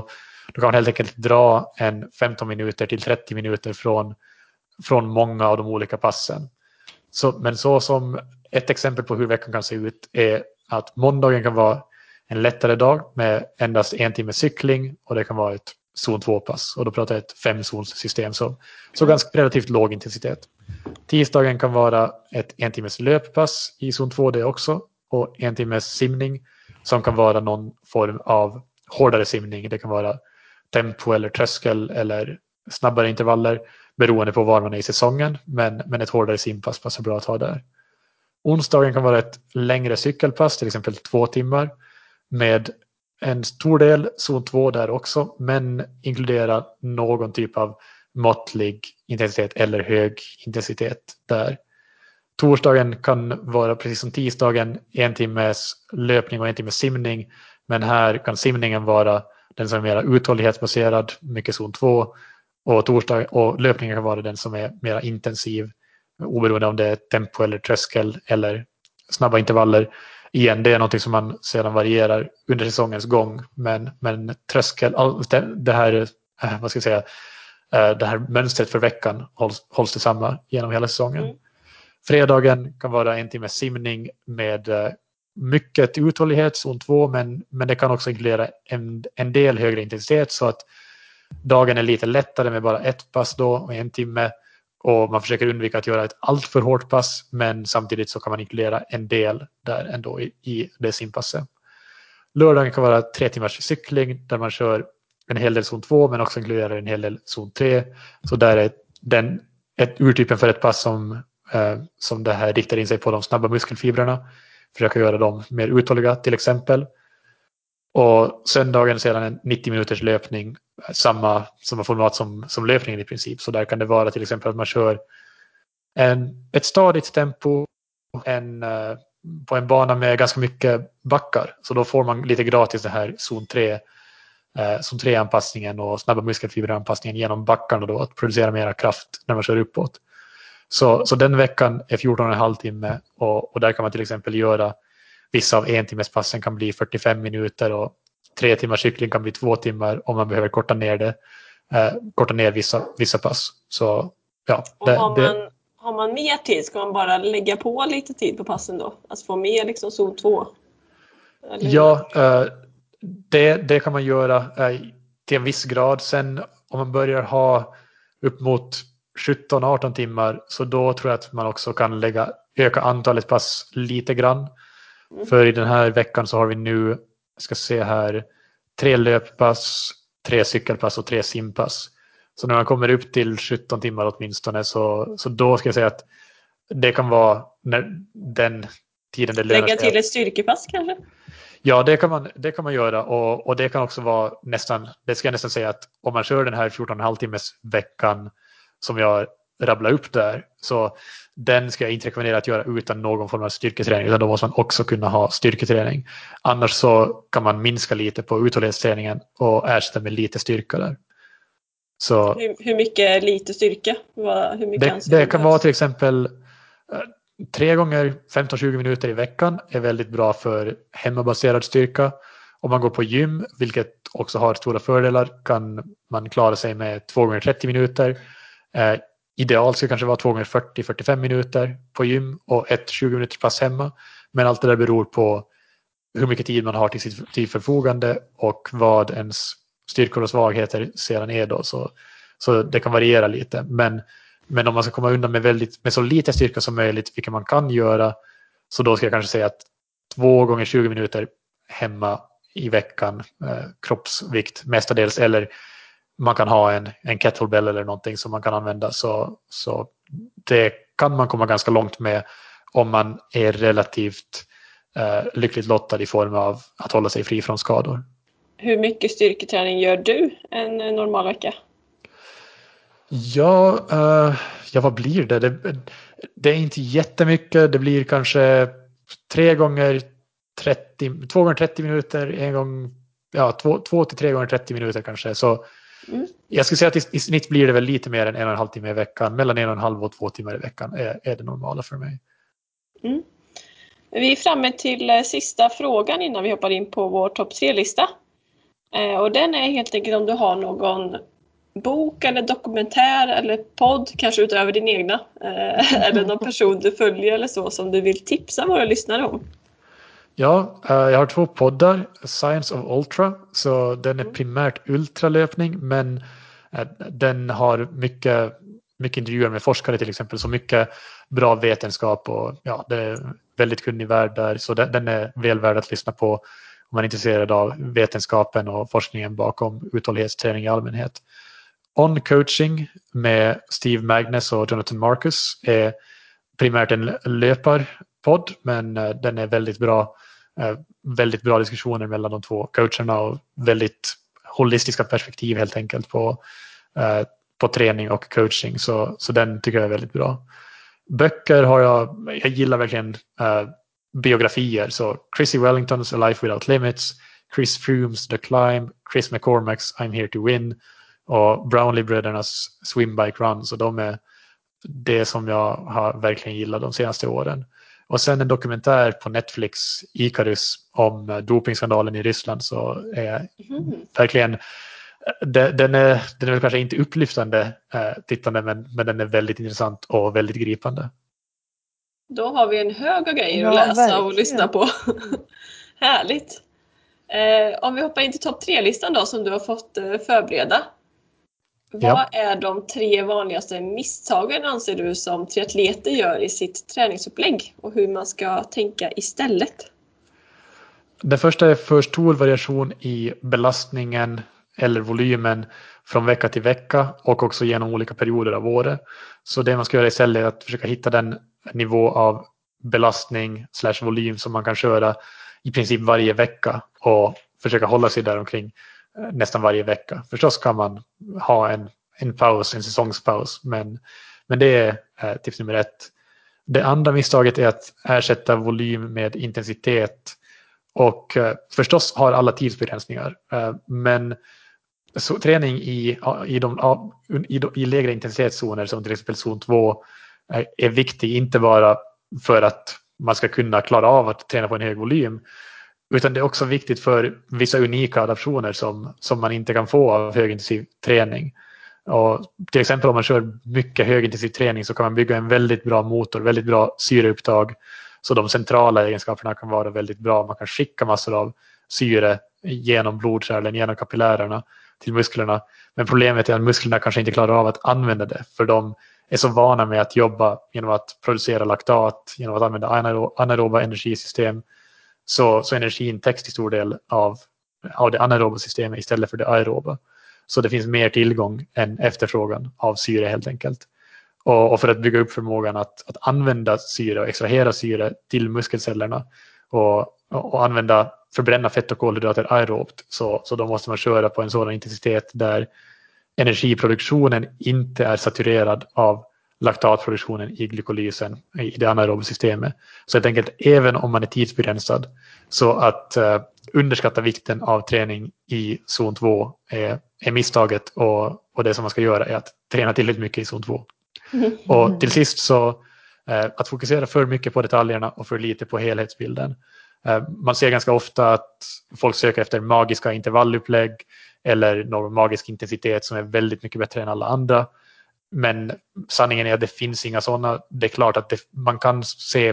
Då kan man helt enkelt dra en femton minuter till trettio minuter från, från många av de olika passen. Så, men så som ett exempel på hur veckan kan se ut är att måndagen kan vara en lättare dag med endast en timme cykling och det kan vara ett zon två-pass. Och då pratar jag ett femzonssystem, så, så ganska relativt låg intensitet. Tisdagen kan vara ett en timmes löppass i zon två det också och en timmes simning som kan vara någon form av hårdare simning. Det kan vara tempo eller tröskel eller snabbare intervaller beroende på var man är i säsongen, men, men ett hårdare simpass passar bra att ha där. Onsdagen kan vara ett längre cykelpass, till exempel två timmar med en stor del zon två där också, men inkludera någon typ av måttlig intensitet eller hög intensitet där. Torsdagen kan vara precis som tisdagen en timmes löpning och en timmes simning, men här kan simningen vara den som är mer uthållighetsbaserad, mycket zon två, och, torsdag, och löpningen kan vara den som är mer intensiv, oberoende om det är tempo eller tröskel eller snabba intervaller. Igen, det är något som man sedan varierar under säsongens gång, men, men tröskel, det, det här, vad ska jag säga, det här mönstret för veckan hålls, hålls detsamma genom hela säsongen. Mm. Fredagen kan vara en timme simning med mycket uthållighet, zon två, men, men det kan också inkludera en, en del högre intensitet, så att dagen är lite lättare med bara ett pass då och en timme, och man försöker undvika att göra ett allt för hårt pass, men samtidigt så kan man inkludera en del där ändå i, i det simpasset. Lördagen kan vara tre timmars cykling där man kör en hel del zon två men också inkluderar en hel del zon tre, så där är den ett urtypen för ett pass som, eh, som det här riktar in sig på de snabba muskelfibrerna, försöka göra dem mer uthålliga till exempel. Och söndagen sedan en nittio minuters löpning, samma, samma format som, som löpningen i princip. Så där kan det vara till exempel att man kör en, ett stadigt tempo en, uh, på en bana med ganska mycket backar. Så då får man lite gratis det här zon tre, uh, zon tre-anpassningen och snabba muskelfiberanpassningen genom backarna då, att producera mera kraft när man kör uppåt. Så, så den veckan är fjorton och en halv timme och, och där kan man till exempel göra vissa av en timmes passen kan bli fyrtiofem minuter och tre timmars cykling kan bli två timmar om man behöver korta ner det, eh, korta ner vissa, vissa pass. Så, ja, och det, har, man, det, har man mer tid, ska man bara lägga på lite tid på passen då? Alltså få mer liksom zon två? Eller? Ja, eh, det, det kan man göra eh, till en viss grad. Sen om man börjar ha upp mot sjutton arton timmar, så då tror jag att man också kan lägga, öka antalet pass lite grann. Mm. För i den här veckan så har vi nu, jag ska se här, tre löppass, tre cykelpass och tre simpass. Så när man kommer upp till sjutton timmar åtminstone, så, så då ska jag säga att det kan vara när den tiden det lönar sig. Lägga till ett styrkepass kanske? Ja, det kan man, det kan man göra, och, och det kan också vara nästan, det ska jag nästan säga att om man kör den här fjorton och en halv timmes veckan som jag rabblar upp där, så den ska jag inte rekommendera att göra utan någon form av styrketräning, utan då måste man också kunna ha styrketräning. Annars så kan man minska lite på uthållighetsträningen och ersätta med lite styrka där. Så hur, hur mycket lite styrka? Hur mycket det, det kan vara till exempel tre gånger femton till tjugo minuter i veckan är väldigt bra för hemmabaserad styrka. Om man går på gym, vilket också har stora fördelar, kan man klara sig med två gånger trettio minuter. Eh, idealt ska kanske vara två gånger fyrtio till fyrtiofem minuter på gym och ett tjugo minuters pass hemma. Men allt det där beror på hur mycket tid man har till sitt till förfogande och vad ens styrkor och svagheter sedan är då. Så, så det kan variera lite. Men, men om man ska komma undan med, väldigt, med så lite styrka som möjligt, vilket man kan göra, så då ska jag kanske säga att två gånger tjugo minuter hemma i veckan, eh, kroppsvikt mestadels, eller man kan ha en, en kettlebell eller någonting som man kan använda, så, så det kan man komma ganska långt med om man är relativt eh, lyckligt lottad i form av att hålla sig fri från skador. Hur mycket styrketräning gör du en normal vecka? Ja, eh, ja vad blir det? det? Det är inte jättemycket, det blir kanske tre gånger trettio, två gånger trettio minuter, en gång, ja, två, två till tre gånger trettio minuter kanske, så mm. Jag skulle säga att i, i snitt blir det väl lite mer än en och en halv timme i veckan. Mellan en och en halv och två timmar i veckan är, är det normala för mig. Mm. Vi är framme till sista frågan innan vi hoppar in på vår topp tre-lista. Eh, och den är helt enkelt om du har någon bok eller dokumentär eller podd, kanske utöver din egna, eh, eller någon person du följer eller så som du vill tipsa våra lyssnare om. Ja, eh, jag har två poddar, Science of Ultra, så den är primärt ultralöpning, men eh, den har mycket, mycket intervjuer med forskare till exempel, så mycket bra vetenskap och ja, det är väldigt kunnig värld där, så den, den är väl värd att lyssna på om man är intresserad av vetenskapen och forskningen bakom uthållighetsträning i allmänhet. On Coaching med Steve Magnus och Jonathan Marcus är primärt en löparpodd, men eh, den är väldigt bra. Eh, väldigt bra diskussioner mellan de två coacherna och väldigt holistiska perspektiv helt enkelt på, eh, på träning och coaching. Så, så den tycker jag är väldigt bra. Böcker har jag, jag gillar verkligen eh, biografier. Så Chrissy Wellingtons A Life Without Limits, Chris Froome's The Climb, Chris McCormack's I'm Here to Win och Brownlee-brödernas Swim, Bike, Run. Så de är det som jag har verkligen gillat de senaste åren. Och sen en dokumentär på Netflix, Icarus, om dopingskandalen i Ryssland, så är mm. verkligen den, den, är, den är väl kanske inte upplyftande eh, tittande, men, men den är väldigt intressant och väldigt gripande. Då har vi en hög av grejer Ja, att läsa verkligen. och lyssna på. Härligt. Eh, om vi hoppar in till topp tre-listan då som du har fått eh, förbereda. Vad Ja. är de tre vanligaste misstagen anser du som triatleter gör i sitt träningsupplägg och hur man ska tänka istället? Den första är för stor variation i belastningen eller volymen från vecka till vecka och också genom olika perioder av året. Så det man ska göra istället är att försöka hitta den nivå av belastning slash volym som man kan köra i princip varje vecka och försöka hålla sig där omkring nästan varje vecka. Förstås kan man ha en, en paus, en säsongspaus, men, men det är eh, tips nummer ett. Det andra misstaget är att ersätta volym med intensitet. Och eh, förstås har alla tidsbegränsningar, eh, men så, träning i, i, de, i, i lägre intensitetszoner som till exempel zon två är, är viktig, inte bara för att man ska kunna klara av att träna på en hög volym, utan det är också viktigt för vissa unika adaptioner som, som man inte kan få av högintensiv träning. Och till exempel om man kör mycket högintensiv träning så kan man bygga en väldigt bra motor, väldigt bra syreupptag. Så de centrala egenskaperna kan vara väldigt bra. Man kan skicka massor av syre genom blodkärlen, genom kapillärerna till musklerna. Men problemet är att musklerna kanske inte klarar av att använda det. För de är så vana med att jobba genom att producera laktat, genom att använda anaeroba energisystem. Så, så energin täcks till stor del av, av det anaeroba systemet istället för det aeroba. Så det finns mer tillgång än efterfrågan av syre helt enkelt. Och, och för att bygga upp förmågan att, att använda syre och extrahera syre till muskelcellerna och, och, och använda, förbränna fett och kolhydrater aerobt, så, så då måste man köra på en sådan intensitet där energiproduktionen inte är saturerad av laktatproduktionen i glykolysen i det anaeroba systemet. Så helt enkelt, även om man är tidsbegränsad, så att uh, underskatta vikten av träning i zon två är, är misstaget, och, och det som man ska göra är att träna tillräckligt mycket i zon två. Mm. Och till sist så uh, att fokusera för mycket på detaljerna och för lite på helhetsbilden. Uh, man ser ganska ofta att folk söker efter magiska intervallupplägg eller någon magisk intensitet som är väldigt mycket bättre än alla andra. Men sanningen är att det finns inga sådana. Det är klart att det, man kan se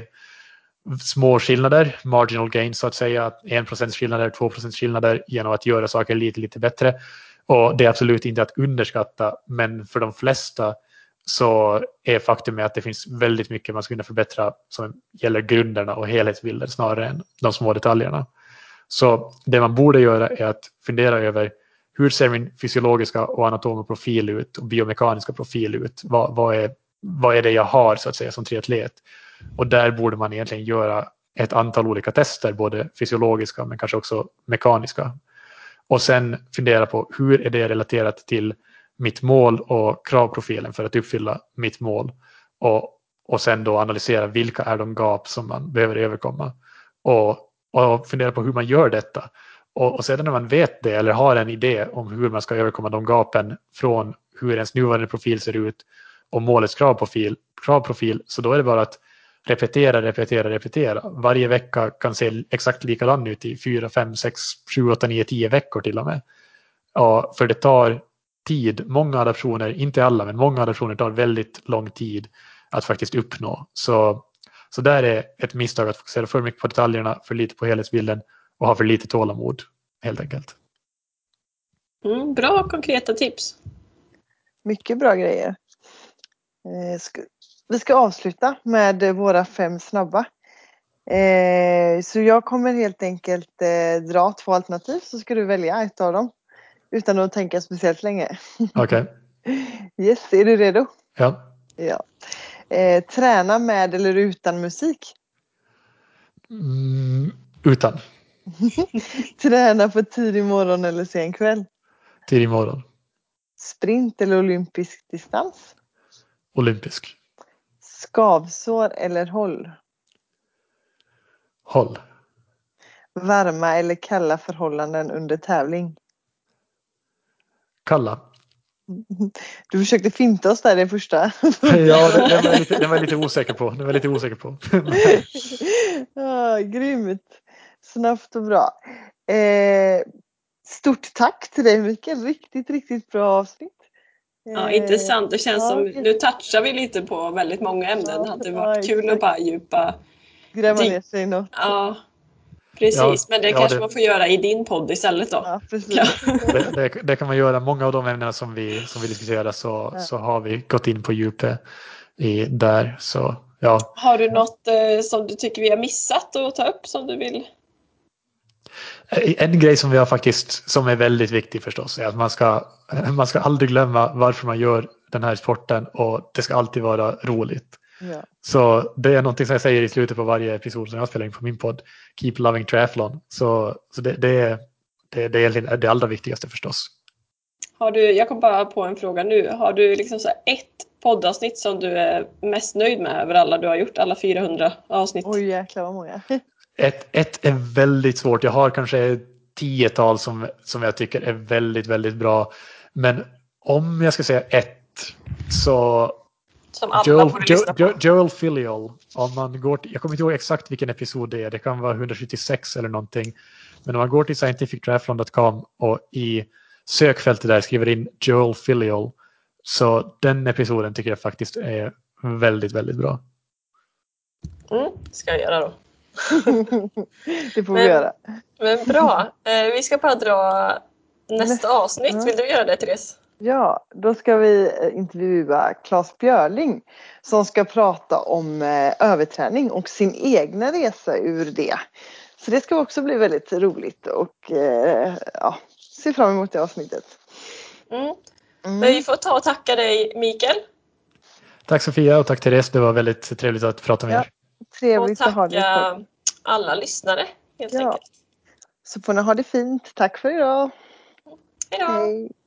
små skillnader, marginal gain så att säga, en procents skillnader, två procents skillnader genom att göra saker lite, lite bättre. Och det är absolut inte att underskatta, men för de flesta så är faktum att det finns väldigt mycket man ska kunna förbättra som gäller grunderna och helhetsbilder snarare än de små detaljerna. Så det man borde göra är att fundera över: hur ser min fysiologiska och anatoma profil ut och biomekaniska profil ut? Vad, vad, är, vad är det jag har så att säga som triatlet? Och där borde man egentligen göra ett antal olika tester, både fysiologiska men kanske också mekaniska. Och sen fundera på hur är det relaterat till mitt mål och kravprofilen för att uppfylla mitt mål. Och, och sen då analysera vilka är de gap som man behöver överkomma. Och, och fundera på hur man gör detta. Och, och sedan när man vet det eller har en idé om hur man ska överkomma de gapen från hur ens nuvarande profil ser ut och målets kravprofil, kravprofil, så då är det bara att repetera, repetera, repetera. Varje vecka kan se exakt likadan ut i fyra, fem, sex, sju, åtta, nio, tio veckor till och med. Ja, för det tar tid. Många adaptioner, inte alla, men många adaptioner tar väldigt lång tid att faktiskt uppnå. Så, så där är ett misstag att fokusera för mycket på detaljerna, för lite på helhetsbilden och ha för lite tålamod, helt enkelt. Mm, bra konkreta tips. Mycket bra grejer. Eh, ska, vi ska avsluta med våra fem snabba. Eh, så jag kommer helt enkelt eh, dra två alternativ, så ska du välja ett av dem. Utan att tänka speciellt länge. Okej. Okay. Yes, är du redo? Ja. Ja. Eh, träna med eller utan musik? Mm, utan. Träna på tidig morgon eller sen kväll? Tidig morgon. Sprint eller olympisk distans? Olympisk. Skavsår eller håll? Håll. Varma eller kalla förhållanden under tävling? Kalla. Du försökte finta oss där i första. Ja, det, det, var jag lite, det var jag lite osäker på. Det var jag lite osäker på. Ja, grymt. Snabbt och bra. Eh, stort tack till dig, Mikael. Riktigt, riktigt bra avsnitt. Ja, intressant. Det känns ja, som, nu touchar vi lite på väldigt många ämnen. Ja, Det hade varit ja, kul exakt. att bara djupa. Gräva det, ner sig i något. Ja, precis. Ja, men det ja, kanske det, man får göra i din podd istället då. Ja, precis. det, det, det kan man göra. Många av de ämnena som vi, som vi diskuterar så, Ja. så har vi gått in på djupet i där. Så, ja. Har du något eh, som du tycker vi har missat att ta upp som du vill? En grej som vi har faktiskt, som är väldigt viktig förstås, är att man ska, man ska aldrig glömma varför man gör den här sporten, och det ska alltid vara roligt. Ja. Så det är någonting som jag säger i slutet på varje episod som jag spelar in på min podd. Keep loving triathlon. Så, så det, det, är, det, det är egentligen det allra viktigaste förstås. Har du, jag kom bara på en fråga nu. Har du liksom så här ett poddavsnitt som du är mest nöjd med över alla du har gjort? Alla fyrahundra avsnitt. Oj, jäklar vad många. Ett, ett är väldigt svårt. Jag har kanske tiotal som, som jag tycker är väldigt, väldigt bra. Men om jag ska säga ett, så Som alla Joel, borde lyssna på. Jo, Joel Filial. Om man går till, jag kommer inte ihåg exakt vilken episod det är. Det kan vara hundrasjuttiosex eller någonting. Men om man går till scientific triathlon dot com och i sökfältet där skriver in Joel Filial, så den episoden tycker jag faktiskt är väldigt, väldigt bra. Mm, ska jag göra då. Det får men, vi göra. Men bra. Eh, vi ska bara dra nästa Nästa. avsnitt. Vill du göra det, Therese? Ja, då ska vi intervjua Claes Björling som ska prata om eh, överträning och sin egna resa ur det. Så det ska också bli väldigt roligt och eh, ja, se fram emot det avsnittet. Mm. Mm. Men vi får ta och tacka dig, Mikael. Tack Sofia och tack Therese. Det var väldigt trevligt att prata med Ja, er. trevligt Och att ha dig. tacka alla lyssnare, helt Ja. enkelt. Så får ni ha det fint. Tack för idag. Hej då! Hej.